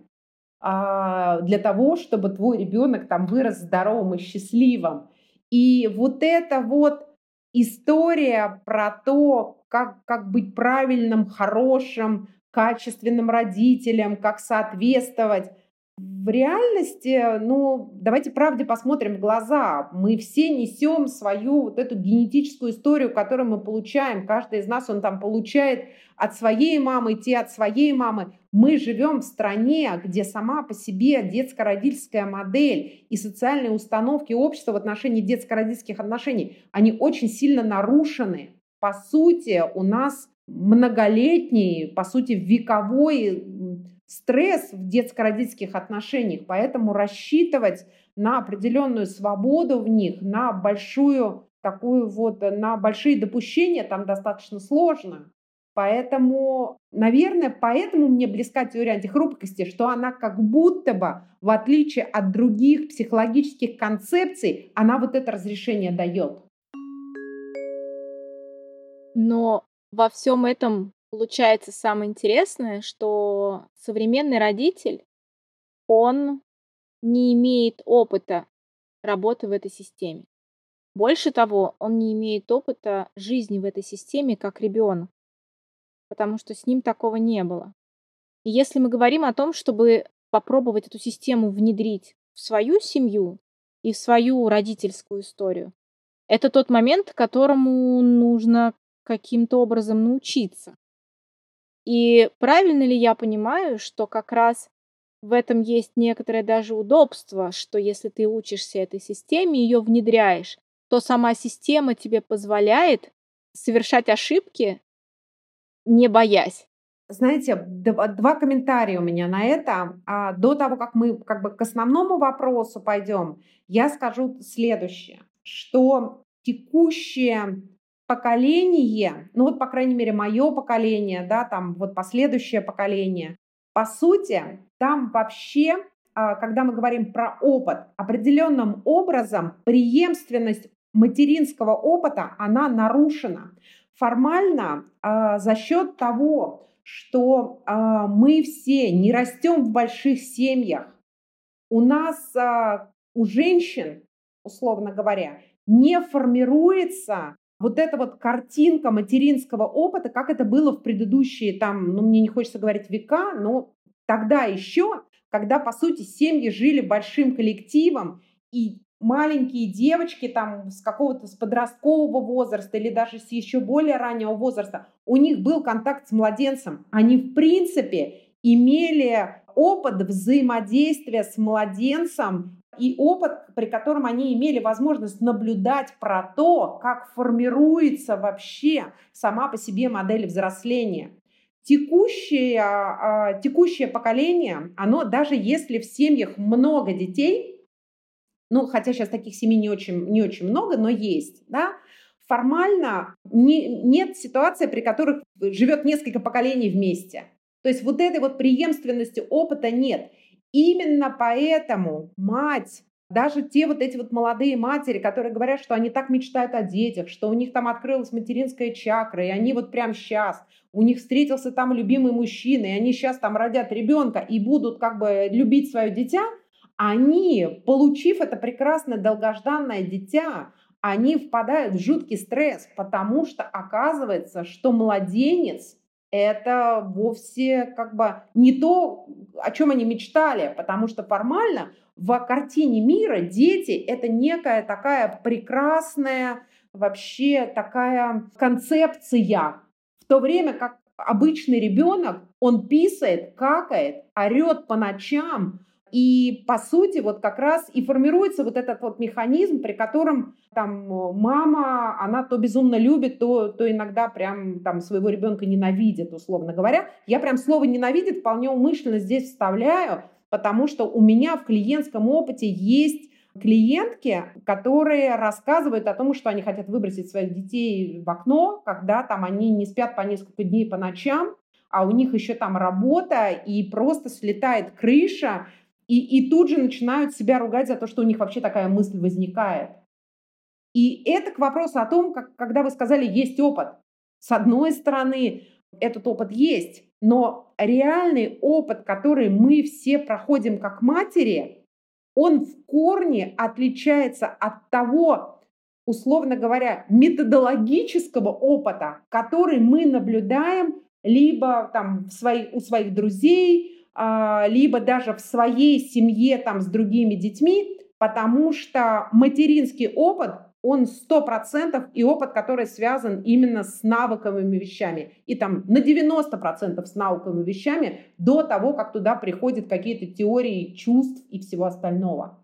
для того, чтобы твой ребенок там вырос здоровым и счастливым. И вот эта вот история про то, как, как быть правильным, хорошим, качественным родителем, как соответствовать. В реальности, ну, давайте правде посмотрим в глаза. Мы все несем свою вот эту генетическую историю, которую мы получаем. Каждый из нас, он там получает от своей мамы, те от своей мамы. Мы живем в стране, где сама по себе детско-родительская модель и социальные установки общества в отношении детско-родительских отношений, они очень сильно нарушены. По сути, у нас многолетний, по сути, вековой стресс в детско-родительских отношениях, поэтому рассчитывать на определенную свободу в них, на большую такую вот, на большие допущения там достаточно сложно. Поэтому, наверное, поэтому мне близка теория антихрупкости, что она как будто бы, в отличие от других психологических концепций, она вот это разрешение дает.
Но во всем этом получается самое интересное, что современный родитель, он не имеет опыта работы в этой системе. Больше того, он не имеет опыта жизни в этой системе как ребенок, потому что с ним такого не было. И если мы говорим о том, чтобы попробовать эту систему внедрить в свою семью и в свою родительскую историю, это тот момент, которому нужно каким-то образом научиться. И правильно ли я понимаю, что как раз в этом есть некоторое даже удобство, что если ты учишься этой системе, ее внедряешь, то сама система тебе позволяет совершать ошибки, не боясь?
Знаете, два, два комментария у меня на это. А, до того, как мы как бы к основному вопросу пойдем, я скажу следующее, что текущее поколение, ну вот, по крайней мере, мое поколение, да, там вот последующее поколение, по сути, там вообще, а, когда мы говорим про опыт, определенным образом преемственность материнского опыта, она нарушена. Формально а, за счет того, что а, мы все не растем в больших семьях, у нас, а, у женщин, условно говоря, не формируется вот эта вот картинка материнского опыта, как это было в предыдущие, там, ну, мне не хочется говорить века, но тогда еще, когда, по сути, семьи жили большим коллективом, и маленькие девочки там с какого-то с подросткового возраста или даже с еще более раннего возраста, у них был контакт с младенцем. Они, в принципе, имели опыт взаимодействия с младенцем и опыт, при котором они имели возможность наблюдать про то, как формируется вообще сама по себе модель взросления. Текущее, а, текущее поколение, оно даже если в семьях много детей, ну, хотя сейчас таких семей не очень, не очень много, но есть, да, формально не, нет ситуации, при которых живет несколько поколений вместе. То есть вот этой вот преемственности опыта нет. Именно поэтому мать, даже те вот эти вот молодые матери, которые говорят, что они так мечтают о детях, что у них там открылась материнская чакра, и они вот прямо сейчас, у них встретился там любимый мужчина, и они сейчас там родят ребенка и будут как бы любить свое дитя, они, получив это прекрасное долгожданное дитя, они впадают в жуткий стресс, потому что оказывается, что младенец – это вовсе как бы не то, о чем они мечтали, потому что формально в картине мира дети – это некая такая прекрасная вообще такая концепция, в то время как обычный ребенок, он писает, какает, орет по ночам. И, по сути, вот как раз и формируется вот этот вот механизм, при котором там мама, она то безумно любит, то, то иногда прям там своего ребенка ненавидит, условно говоря. Я прям слово «ненавидит» вполне умышленно здесь вставляю, потому что у меня в клиентском опыте есть клиентки, которые рассказывают о том, что они хотят выбросить своих детей в окно, когда там они не спят по несколько дней по ночам, а у них еще там работа, и просто слетает крыша, И, и тут же начинают себя ругать за то, что у них вообще такая мысль возникает. И это к вопросу о том, как, когда вы сказали, есть опыт. С одной стороны, этот опыт есть, но реальный опыт, который мы все проходим как матери, он в корне отличается от того, условно говоря, методологического опыта, который мы наблюдаем либо там в своих, у своих друзей, либо даже в своей семье там, с другими детьми, потому что материнский опыт, он сто процентов и опыт, который связан именно с навыковыми вещами. И там на девяносто процентов с навыковыми вещами до того, как туда приходят какие-то теории чувств и всего остального.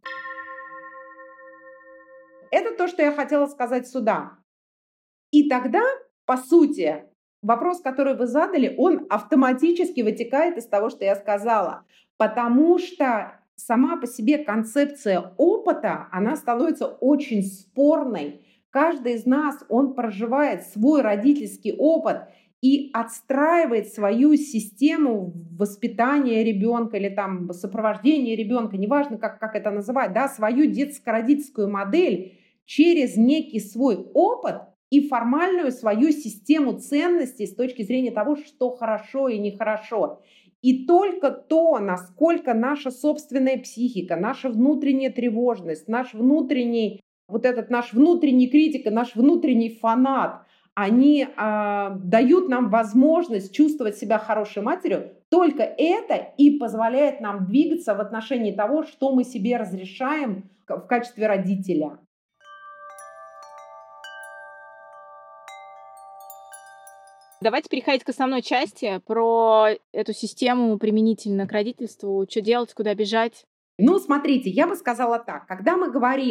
Это то, что я хотела сказать сюда. И тогда, по сути, вопрос, который вы задали, он автоматически вытекает из того, что я сказала. Потому что сама по себе концепция опыта, она становится очень спорной. Каждый из нас, он проживает свой родительский опыт и отстраивает свою систему воспитания ребенка или там сопровождения ребенка, неважно, как, как это называть, да, свою детско-родительскую модель через некий свой опыт и формальную свою систему ценностей с точки зрения того, что хорошо и нехорошо. И только то, насколько наша собственная психика, наша внутренняя тревожность, наш внутренний, вот этот наш внутренний критик и наш внутренний фанат, они э, дают нам возможность чувствовать себя хорошей матерью, только это и позволяет нам двигаться в отношении того, что мы себе разрешаем в качестве родителя.
Давайте переходить к основной части про эту систему применительно к родительству. Что делать, куда бежать?
Ну, смотрите, я бы сказала так. Когда мы говорим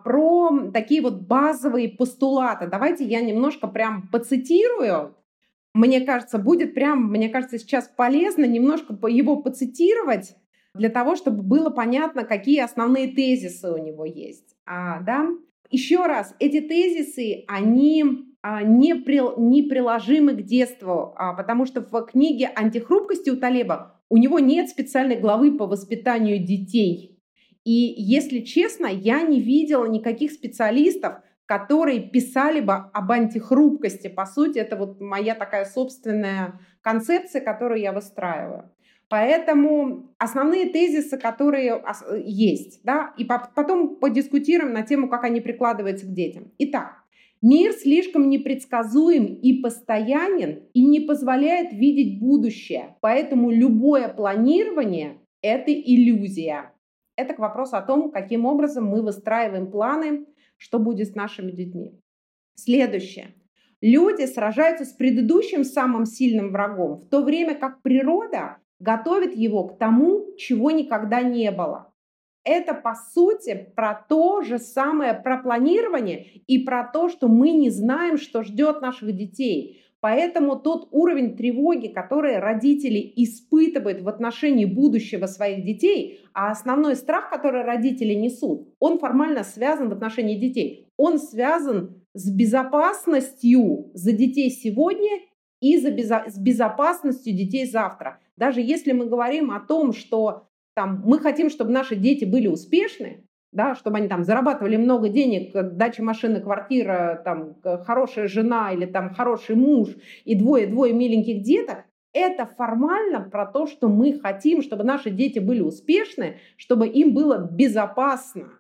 про такие вот базовые постулаты. Давайте я немножко прям поцитирую. Мне кажется, будет прям, мне кажется, сейчас полезно немножко его поцитировать для того, чтобы было понятно, какие основные тезисы у него есть. А, да? Еще раз, эти тезисы, они а, не, при, не приложимы к детству, а, потому что в книге «Антихрупкости» у Талеба у него нет специальной главы по воспитанию детей. И, если честно, я не видела никаких специалистов, которые писали бы об антихрупкости. По сути, это вот моя такая собственная концепция, которую я выстраиваю. Поэтому основные тезисы, которые есть, да, и потом подискутируем на тему, как они прикладываются к детям. Итак, мир слишком непредсказуем и постоянен и не позволяет видеть будущее, поэтому любое планирование – это иллюзия. Это к вопросу о том, каким образом мы выстраиваем планы, что будет с нашими детьми. Следующее. Люди сражаются с предыдущим самым сильным врагом, в то время как природа готовит его к тому, чего никогда не было. Это, по сути, про то же самое, про планирование и про то, что мы не знаем, что ждет наших детей. Поэтому тот уровень тревоги, который родители испытывают в отношении будущего своих детей, а основной страх, который родители несут, он формально связан в отношении детей. Он связан с безопасностью за детей сегодня и за безо- с безопасностью детей завтра. Даже если мы говорим о том, что там, мы хотим, чтобы наши дети были успешны, да, чтобы они там зарабатывали много денег, дача, машина, квартира, там, хорошая жена или там хороший муж и двое-двое миленьких деток, это формально про то, что мы хотим, чтобы наши дети были успешны, чтобы им было безопасно.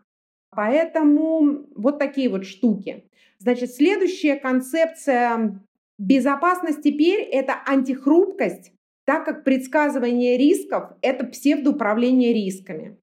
Поэтому вот такие вот штуки. Значит, следующая концепция безопасности теперь – это антихрупкость, так как предсказывание рисков – это псевдоуправление рисками.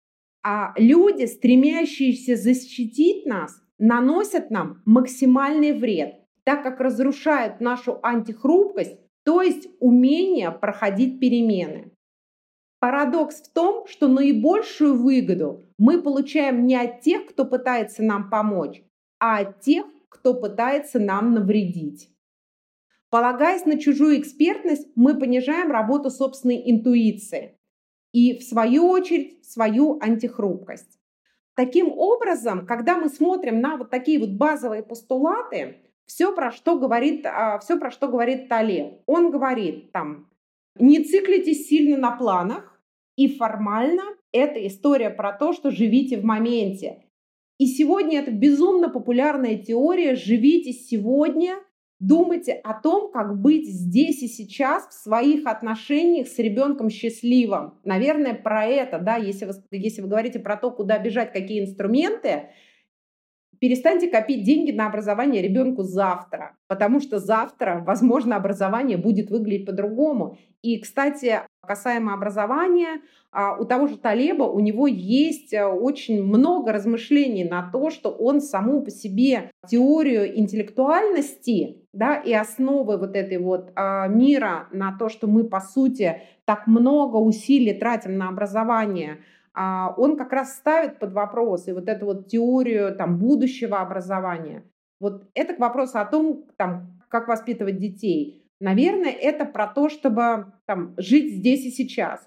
А люди, стремящиеся защитить нас, наносят нам максимальный вред, так как разрушают нашу антихрупкость, то есть умение проходить перемены. Парадокс в том, что наибольшую выгоду мы получаем не от тех, кто пытается нам помочь, а от тех, кто пытается нам навредить. Полагаясь на чужую экспертность, мы понижаем работу собственной интуиции и, в свою очередь, свою антихрупкость. Таким образом, когда мы смотрим на вот такие вот базовые постулаты, все, про что говорит, все, про что говорит Талеб, он говорит там, не циклитесь сильно на планах, и формально это история про то, что живите в моменте. И сегодня это безумно популярная теория «живите сегодня», думайте о том, как быть здесь и сейчас в своих отношениях с ребенком счастливым. Наверное, про это, да, если вы, если вы говорите про то, куда бежать, какие инструменты, перестаньте копить деньги на образование ребенку завтра, потому что завтра, возможно, образование будет выглядеть по-другому. И, кстати, касаемо образования, у того же Талеба, у него есть очень много размышлений на то, что он саму по себе теорию интеллектуальности, да, и основы вот этой вот мира на то, что мы, по сути, так много усилий тратим на образование, он как раз ставит под вопрос и вот эту вот теорию там, будущего образования. Вот это к вопросу о том, там, как воспитывать детей. Наверное, это про то, чтобы там, жить здесь и сейчас.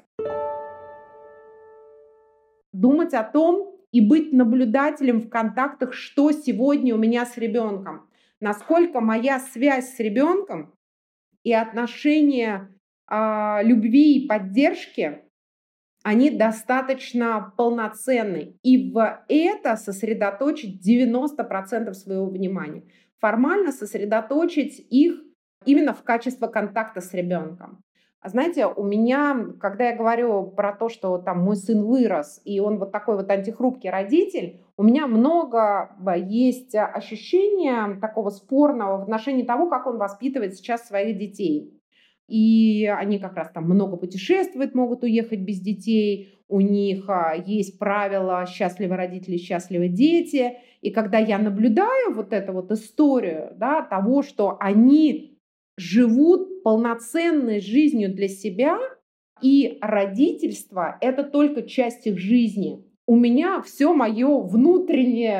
Думать о том и быть наблюдателем в контактах, что сегодня у меня с ребенком. Насколько моя связь с ребенком и отношения э, любви и поддержки, они достаточно полноценны. И в это сосредоточить девяносто процентов своего внимания. Формально сосредоточить их именно в качестве контакта с ребенком. Знаете, у меня, когда я говорю про то, что там мой сын вырос, и он вот такой вот антихрупкий родитель, у меня много есть ощущения такого спорного в отношении того, как он воспитывает сейчас своих детей. И они как раз там много путешествуют, могут уехать без детей, у них есть правила «счастливы родители, счастливы дети». И когда я наблюдаю вот эту вот историю, да, того, что они живут полноценной жизнью для себя, и родительство – это только часть их жизни. У меня все мое внутреннее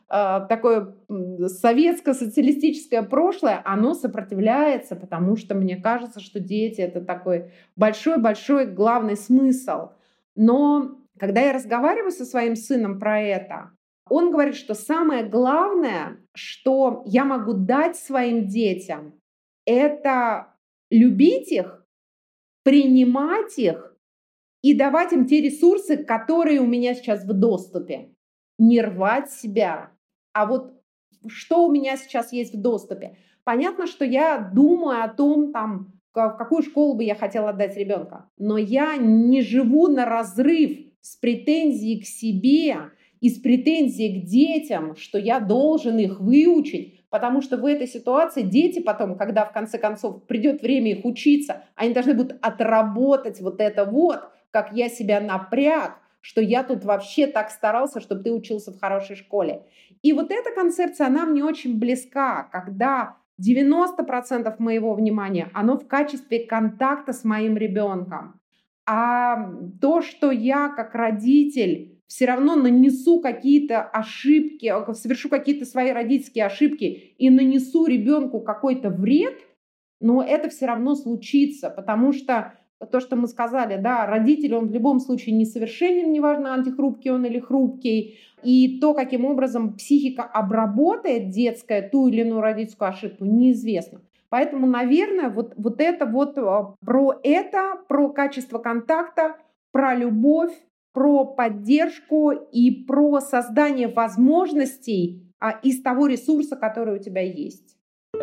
э, такое советско-социалистическое прошлое, оно сопротивляется, потому что мне кажется, что дети — это такой большой-большой главный смысл. Но когда я разговариваю со своим сыном про это, он говорит, что самое главное, что я могу дать своим детям, это любить их, принимать их и давать им те ресурсы, которые у меня сейчас в доступе. Не рвать себя, а вот что у меня сейчас есть в доступе. Понятно, что я думаю о том, там, в какую школу бы я хотела отдать ребенка, но я не живу на разрыв с претензией к себе и с претензией к детям, что я должен их выучить, потому что в этой ситуации дети потом, когда в конце концов придет время их учиться, они должны будут отработать вот это вот, как я себя напряг, что я тут вообще так старался, чтобы ты учился в хорошей школе. И вот эта концепция, она мне очень близка, когда девяносто процентов моего внимания, оно в качестве контакта с моим ребенком. А то, что я как родитель все равно нанесу какие-то ошибки, совершу какие-то свои родительские ошибки и нанесу ребенку какой-то вред, но это все равно случится, потому что то, что мы сказали, да, родитель, он в любом случае несовершенен, неважно, антихрупкий он или хрупкий, и то, каким образом психика обработает детская ту или иную родительскую ошибку, неизвестно. Поэтому, наверное, вот, вот это вот про это, про качество контакта, про любовь, про поддержку и про создание возможностей а, из того ресурса, который у тебя есть.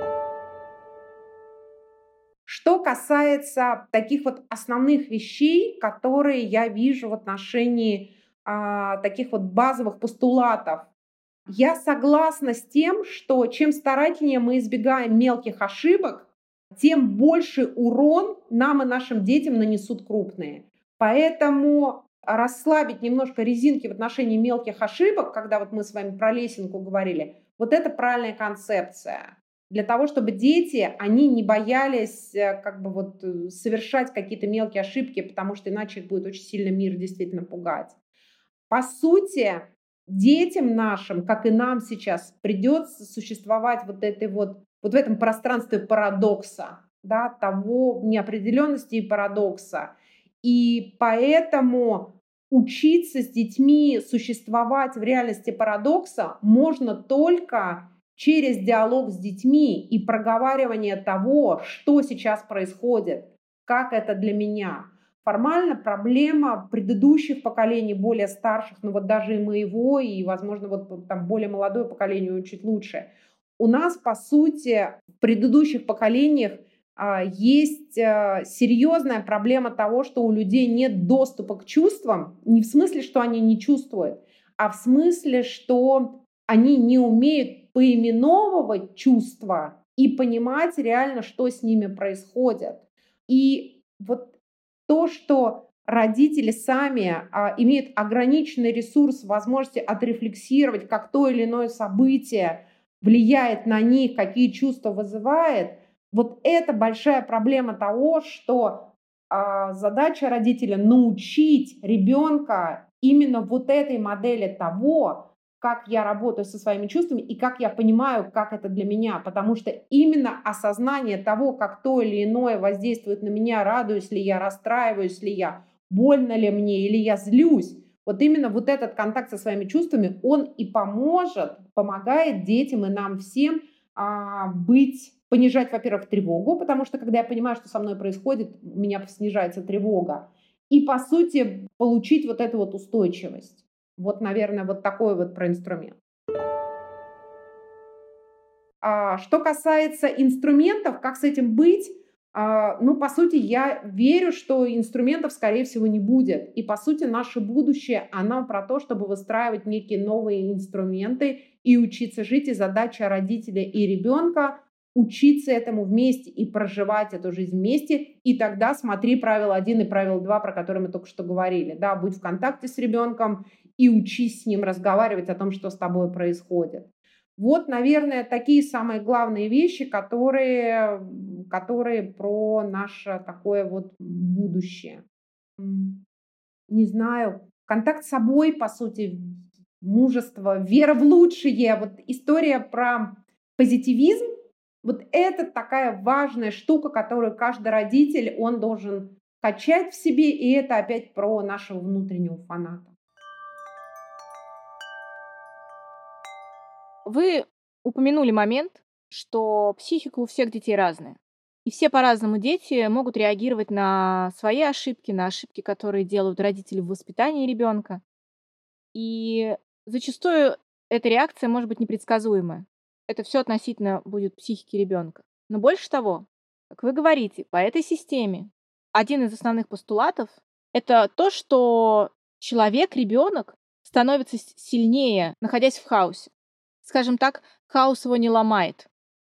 Что касается таких вот основных вещей, которые я вижу в отношении а, таких вот базовых постулатов, я согласна с тем, что чем старательнее мы избегаем мелких ошибок, тем больше урон нам и нашим детям нанесут крупные. Поэтому расслабить немножко резинки в отношении мелких ошибок, когда вот мы с вами про лесенку говорили, вот это правильная концепция. Для того, чтобы дети, они не боялись как бы вот совершать какие-то мелкие ошибки, потому что иначе их будет очень сильно мир действительно пугать. По сути, детям нашим, как и нам сейчас, придется существовать вот этой вот, вот в этом пространстве парадокса, да, того неопределенности и парадокса. И поэтому учиться с детьми существовать в реальности парадокса можно только через диалог с детьми и проговаривание того, что сейчас происходит, как это для меня. Формально проблема предыдущих поколений, более старших, ну вот даже и моего, и, возможно, вот там более молодое поколение чуть лучше. У нас, по сути, в предыдущих поколениях а, есть а, серьезная проблема того, что у людей нет доступа к чувствам, не в смысле, что они не чувствуют, а в смысле, что они не умеют поименовывать чувства и понимать реально, что с ними происходит. И вот то, что родители сами а, имеют ограниченный ресурс, возможности отрефлексировать, как то или иное событие влияет на них, какие чувства вызывает, вот это большая проблема того, что а, задача родителя научить ребенка именно вот этой модели того, как я работаю со своими чувствами и как я понимаю, как это для меня. Потому что именно осознание того, как то или иное воздействует на меня, радуюсь ли я, расстраиваюсь ли я, больно ли мне или я злюсь, вот именно вот этот контакт со своими чувствами, он и поможет, помогает детям и нам всем а, быть, понижать, во-первых, тревогу, потому что когда я понимаю, что со мной происходит, у меня снижается тревога. И, по сути, получить вот эту вот устойчивость. Вот, наверное, вот такой вот про инструмент. А, что касается инструментов, как с этим быть, а, ну, по сути, я верю, что инструментов, скорее всего, не будет. И, по сути, наше будущее, оно про то, чтобы выстраивать некие новые инструменты и учиться жить. И задача родителя и ребенка учиться этому вместе и проживать эту жизнь вместе. И тогда смотри правило один и правило два, про которые мы только что говорили. Да, будь в контакте с ребенком и учись с ним разговаривать о том, что с тобой происходит. Вот, наверное, такие самые главные вещи, которые, которые про наше такое вот будущее. Не знаю, контакт с собой, по сути, мужество, вера в лучшее, вот история про позитивизм, вот это такая важная штука, которую каждый родитель, он должен качать в себе, и это опять про нашего внутреннего фаната.
Вы упомянули момент, что психика у всех детей разная. И все по-разному дети могут реагировать на свои ошибки, на ошибки, которые делают родители в воспитании ребенка. И зачастую эта реакция может быть непредсказуемая. Это все относительно будет психики ребенка. Но больше того, как вы говорите, по этой системе один из основных постулатов — это то, что человек, ребенок становится с- сильнее, находясь в хаосе. Скажем так, хаос его не ломает.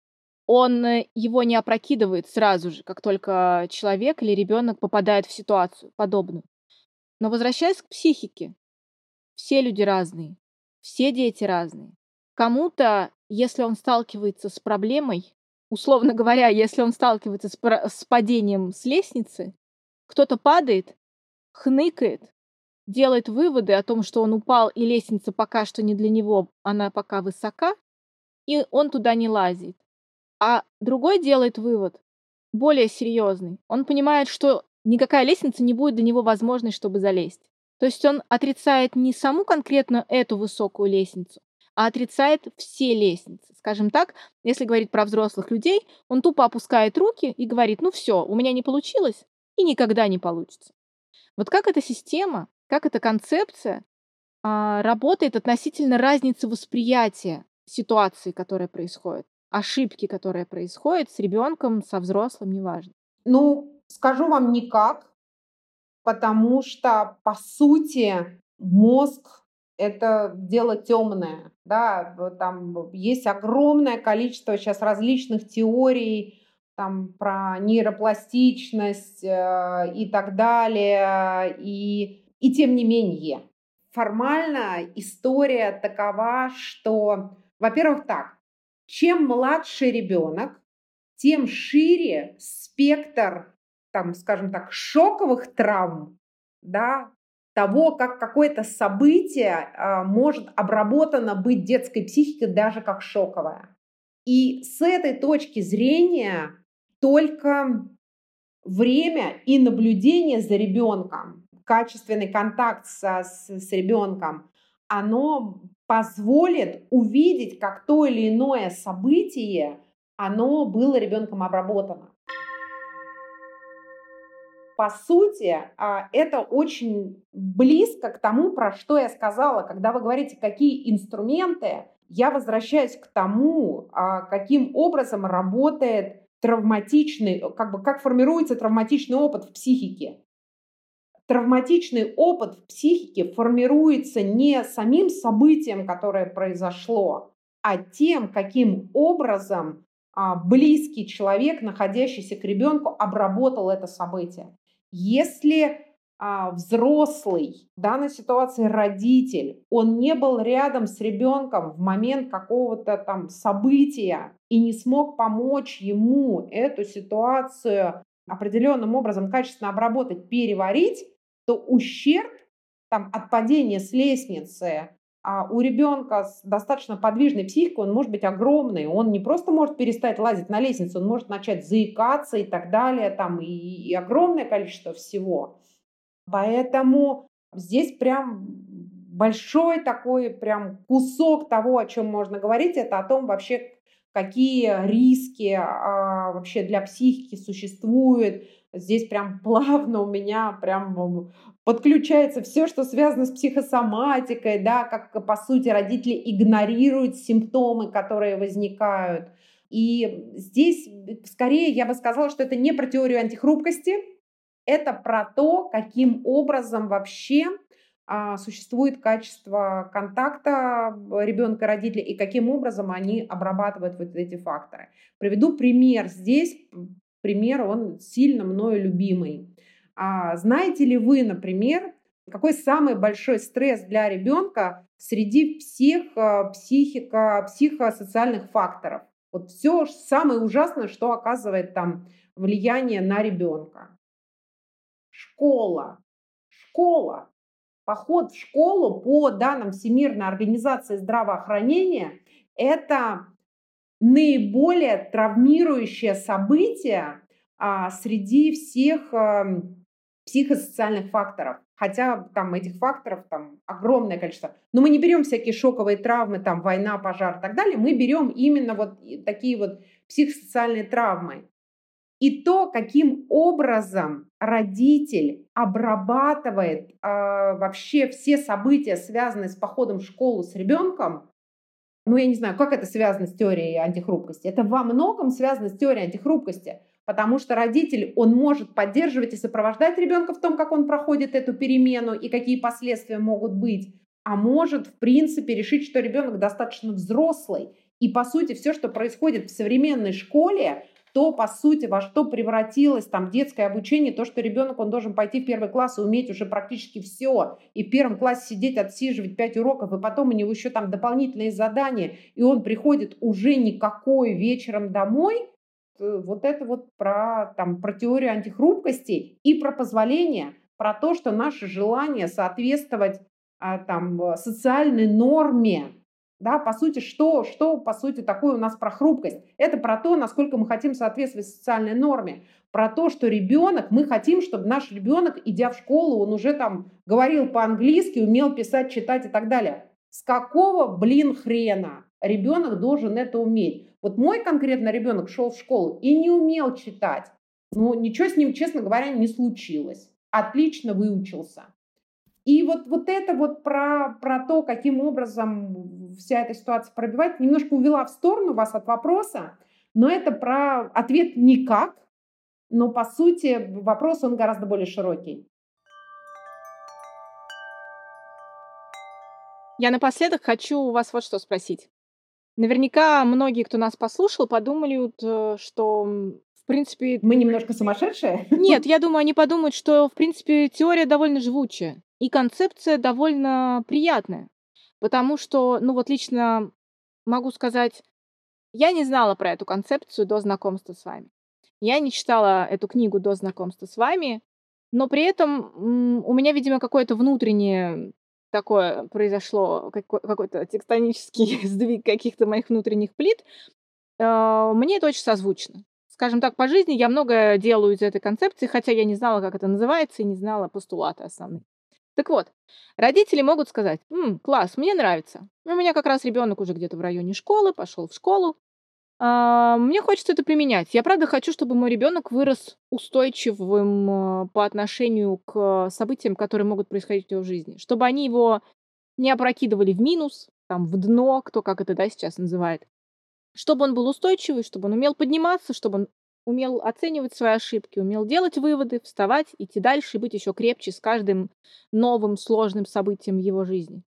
Он э, его не опрокидывает сразу же, как только человек или ребенок попадает в ситуацию подобную. Но возвращаясь к психике, все люди разные, все дети разные. Кому-то, если он сталкивается с проблемой, условно говоря, если он сталкивается с, пра- с падением с лестницы, кто-то падает, хныкает, делает выводы о том, что он упал, и лестница пока что не для него, она пока высока, и он туда не лазит. А другой делает вывод, более серьезный. Он понимает, что никакая лестница не будет для него возможной, чтобы залезть. То есть он отрицает не саму конкретно эту высокую лестницу, а отрицает все лестницы. Скажем так, если говорить про взрослых людей, он тупо опускает руки и говорит: ну все, у меня не получилось и никогда не получится. Вот как эта система, как эта концепция а, работает относительно разницы восприятия ситуации, которая происходит, ошибки, которая происходит с ребенком, со взрослым, неважно.
Ну, скажу вам никак, потому что, по сути, мозг — это дело темное, да, в- там есть огромное количество сейчас различных теорий там про нейропластичность э, и так далее, и, и тем не менее, формально история такова, что, во-первых, так, чем младше ребенок, тем шире спектр, там, скажем так, шоковых травм, да, того, как какое-то событие а, может обработано быть детской психикой даже как шоковое. И с этой точки зрения только время и наблюдение за ребенком, качественный контакт со, с, с ребенком, оно позволит увидеть, как то или иное событие, оно было ребенком обработано. По сути, а, это очень близко к тому, про что я сказала. Когда вы говорите, какие инструменты, я возвращаюсь к тому, а, каким образом работает травматичный, как бы как формируется травматичный опыт в психике. Травматичный опыт в психике формируется не самим событием, которое произошло, а тем, каким образом а, близкий человек, находящийся к ребенку, обработал это событие. Если а, взрослый, в данной ситуации родитель, он не был рядом с ребенком в момент какого-то там события и не смог помочь ему эту ситуацию определенным образом качественно обработать, переварить, то ущерб там, от падения с лестницы а у ребенка с достаточно подвижной психикой, он может быть огромный. Он не просто может перестать лазить на лестницу, он может начать заикаться и так далее, там, и, и огромное количество всего. Поэтому здесь прям большой такой прям кусок того, о чем можно говорить, это о том вообще, какие риски а, вообще для психики существуют. Здесь прям плавно у меня прям подключается все, что связано с психосоматикой, да, как по сути родители игнорируют симптомы, которые возникают. И здесь скорее я бы сказала, что это не про теорию антихрупкости, это про то, каким образом вообще а, существует качество контакта ребенка и родителя и каким образом они обрабатывают вот эти факторы. Приведу пример. Здесь пример, он сильно мною любимый. А, знаете ли вы, например, какой самый большой стресс для ребенка среди всех а, психико, психосоциальных факторов? Вот все самое ужасное, что оказывает там влияние на ребенка. Школа. Школа. поход в школу по данным Всемирной организации здравоохранения – это наиболее травмирующее событие а, среди всех а, психосоциальных факторов. Хотя там этих факторов там огромное количество. Но мы не берем всякие шоковые травмы, там война, пожар и так далее. Мы берем именно вот такие вот психосоциальные травмы. И то, каким образом родитель обрабатывает э, вообще все события, связанные с походом в школу с ребенком, ну, я не знаю, как это связано с теорией антихрупкости. Это во многом связано с теорией антихрупкости, потому что родитель, он может поддерживать и сопровождать ребенка в том, как он проходит эту перемену и какие последствия могут быть, а может, в принципе, решить, что ребенок достаточно взрослый. И, по сути, все, что происходит в современной школе, то, по сути, во что превратилось там детское обучение, то, что ребенок, он должен пойти в первый класс и уметь уже практически все, и в первом классе сидеть, отсиживать пять уроков, и потом у него еще там дополнительные задания, и он приходит уже никакой вечером домой. Вот это вот про, там, про теорию антихрупкости и про позволение, про то, что наше желание соответствовать а, там, социальной норме, да, по сути, что, что, по сути, такое у нас про хрупкость? Это про то, насколько мы хотим соответствовать социальной норме, про то, что ребенок, мы хотим, чтобы наш ребенок, идя в школу, он уже там говорил по-английски, умел писать, читать и так далее. С какого, блин, хрена ребенок должен это уметь? Вот мой конкретно ребенок шел в школу и не умел читать. Ну, ничего с ним, честно говоря, не случилось. Отлично выучился. И вот, вот это вот про, про то, каким образом вся эта ситуация пробивает, немножко увела в сторону вас от вопроса, но это про ответ никак, но по сути вопрос, он гораздо более широкий.
Я напоследок хочу у вас вот что спросить. Наверняка многие, кто нас послушал, подумают, что, в принципе...
Мы немножко сумасшедшие?
Нет, я думаю, они подумают, что, в принципе, теория довольно живучая. И концепция довольно приятная, потому что, ну вот лично могу сказать, я не знала про эту концепцию до знакомства с вами. Я не читала эту книгу до знакомства с вами, но при этом м, у меня, видимо, какое-то внутреннее такое произошло, какой- какой-то тектонический сдвиг каких-то моих внутренних плит. Э, Мне это очень созвучно. Скажем так, по жизни я многое делаю из этой концепции, хотя я не знала, как это называется, и не знала постулаты основные. Так вот, родители могут сказать: «М, класс, мне нравится. У меня как раз ребенок уже где-то в районе школы, пошел в школу. А, Мне хочется это применять. Я правда хочу, чтобы мой ребенок вырос устойчивым а, по отношению к событиям, которые могут происходить в его жизни, чтобы они его не опрокидывали в минус, там, в дно, кто как это, да, сейчас называет. Чтобы он был устойчивый, чтобы он умел подниматься, чтобы он умел оценивать свои ошибки, умел делать выводы, вставать, идти дальше и быть еще крепче с каждым новым сложным событием в его жизни».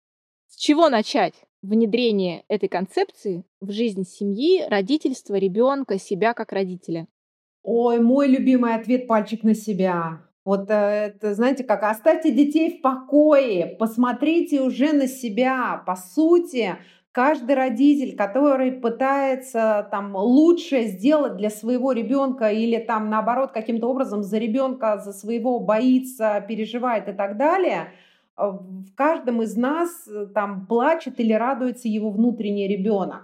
С чего начать внедрение этой концепции в жизнь семьи, родительства, ребенка, себя как родителя?
Ой, мой любимый ответ — пальчик на себя. Вот э, это, знаете, как оставьте детей в покое, посмотрите уже на себя. По сути, каждый родитель, который пытается там лучше сделать для своего ребенка или там наоборот каким-то образом за ребенка, за своего боится, переживает и так далее, э, в каждом из нас э, там плачет или радуется его внутренний ребенок.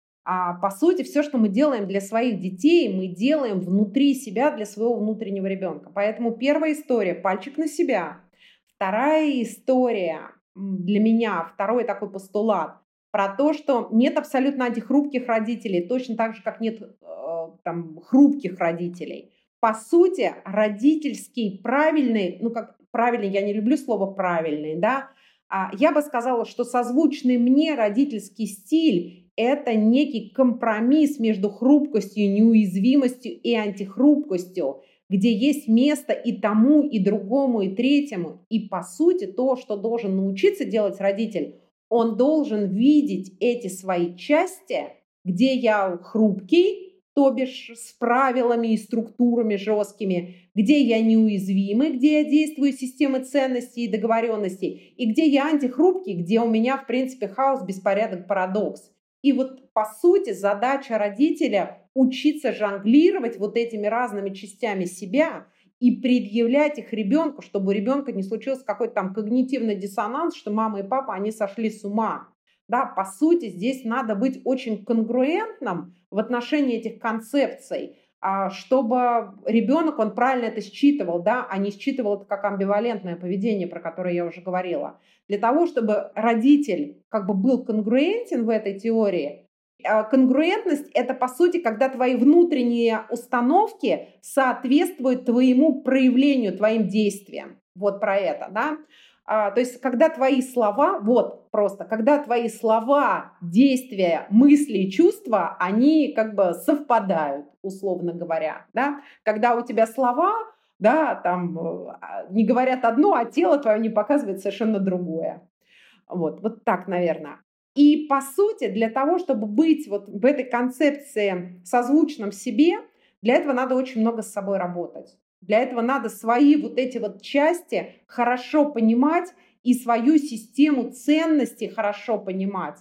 А по сути, все, что мы делаем для своих детей, мы делаем внутри себя для своего внутреннего ребенка. Поэтому первая история — пальчик на себя. Вторая история м, для меня, второй такой постулат про то, что нет абсолютно антихрупких родителей, точно так же, как нет э, там, хрупких родителей. По сути, родительский правильный, ну как правильный, я не люблю слово правильный, да, а я бы сказала, что созвучный мне родительский стиль — это некий компромисс между хрупкостью, неуязвимостью и антихрупкостью, где есть место и тому, и другому, и третьему. И по сути то, что должен научиться делать родитель, он должен видеть эти свои части, где я хрупкий, то бишь с правилами и структурами жесткими, где я неуязвимый, где я действую системой ценностей и договоренностей, и где я антихрупкий, где у меня, в принципе, хаос, беспорядок, парадокс. И вот, по сути, задача родителя — учиться жонглировать вот этими разными частями себя и предъявлять их ребенку, чтобы у ребенка не случился какой-то там когнитивный диссонанс, что мама и папа, они сошли с ума. Да, по сути, здесь надо быть очень конгруентным в отношении этих концепций, чтобы ребенок, он правильно это считывал, да, а не считывал это как амбивалентное поведение, про которое я уже говорила. Для того, чтобы родитель как бы был конгруентен в этой теории, конгруентность – это, по сути, когда твои внутренние установки соответствуют твоему проявлению, твоим действиям. Вот про это, да. А, то есть, когда твои слова, вот просто, когда твои слова, действия, мысли и чувства, они как бы совпадают, условно говоря, да. Когда у тебя слова, да, там не говорят одно, а тело твое не показывает совершенно другое. Вот, вот так, наверное. И, по сути, для того, чтобы быть вот в этой концепции созвучным себе, для этого надо очень много с собой работать. Для этого надо свои вот эти вот части хорошо понимать и свою систему ценностей хорошо понимать.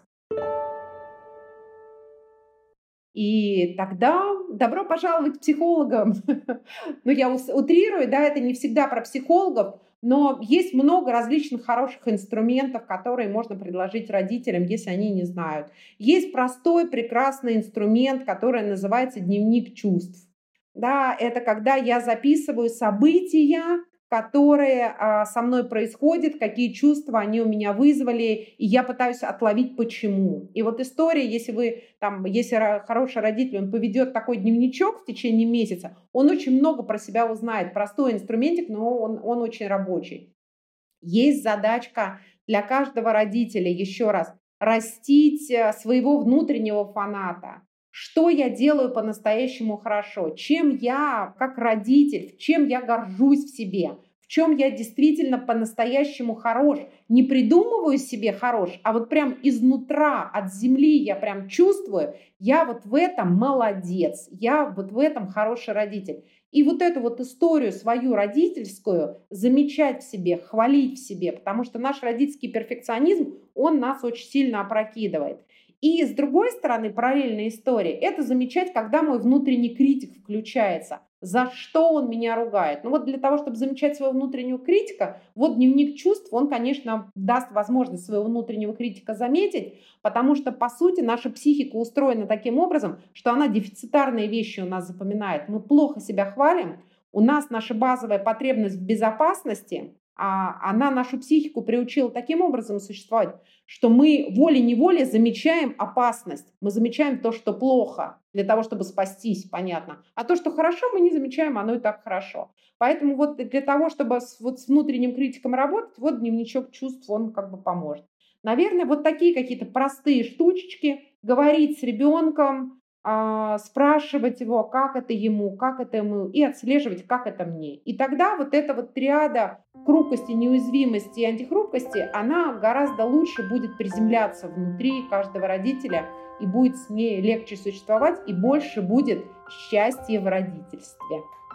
И тогда добро пожаловать к психологам. Ну, я утрирую, да, это не всегда про психологов, но есть много различных хороших инструментов, которые можно предложить родителям, если они не знают. Есть простой, прекрасный инструмент, который называется дневник чувств. Да, это когда я записываю события, которые а, со мной происходят, какие чувства они у меня вызвали, и я пытаюсь отловить почему. И вот история, если вы там, если хороший родитель, он поведет такой дневничок в течение месяца, он очень много про себя узнает. Простой инструментик, но он, он очень рабочий. Есть задачка для каждого родителя, еще раз, растить своего внутреннего фаната. Что я делаю по-настоящему хорошо? Чем я, как родитель, чем я горжусь в себе? В чем я действительно по-настоящему хорош? Не придумываю себе хорош, а вот прям изнутра, от земли я прям чувствую, я вот в этом молодец, я вот в этом хороший родитель. И вот эту вот историю свою родительскую замечать в себе, хвалить в себе, потому что наш родительский перфекционизм, он нас очень сильно опрокидывает. И с другой стороны, параллельная история, это замечать, когда мой внутренний критик включается, за что он меня ругает. Ну вот для того, чтобы замечать своего внутреннего критика, вот дневник чувств, он, конечно, даст возможность своего внутреннего критика заметить, потому что, по сути, наша психика устроена таким образом, что она дефицитарные вещи у нас запоминает. Мы плохо себя хвалим, у нас наша базовая потребность в безопасности, а она нашу психику приучила таким образом существовать, что мы волей-неволей замечаем опасность, мы замечаем то, что плохо, для того, чтобы спастись, понятно. А то, что хорошо, мы не замечаем, оно и так хорошо. Поэтому вот для того, чтобы с, вот с внутренним критиком работать, вот дневничок чувств, он как бы поможет. Наверное, вот такие какие-то простые штучечки, говорить с ребенком, спрашивать его, как это ему, как это ему, и отслеживать, как это мне. И тогда вот эта вот триада хрупкости, неуязвимости и антихрупкости, она гораздо лучше будет приземляться внутри каждого родителя, и будет с ней легче существовать, и больше будет счастья в родительстве.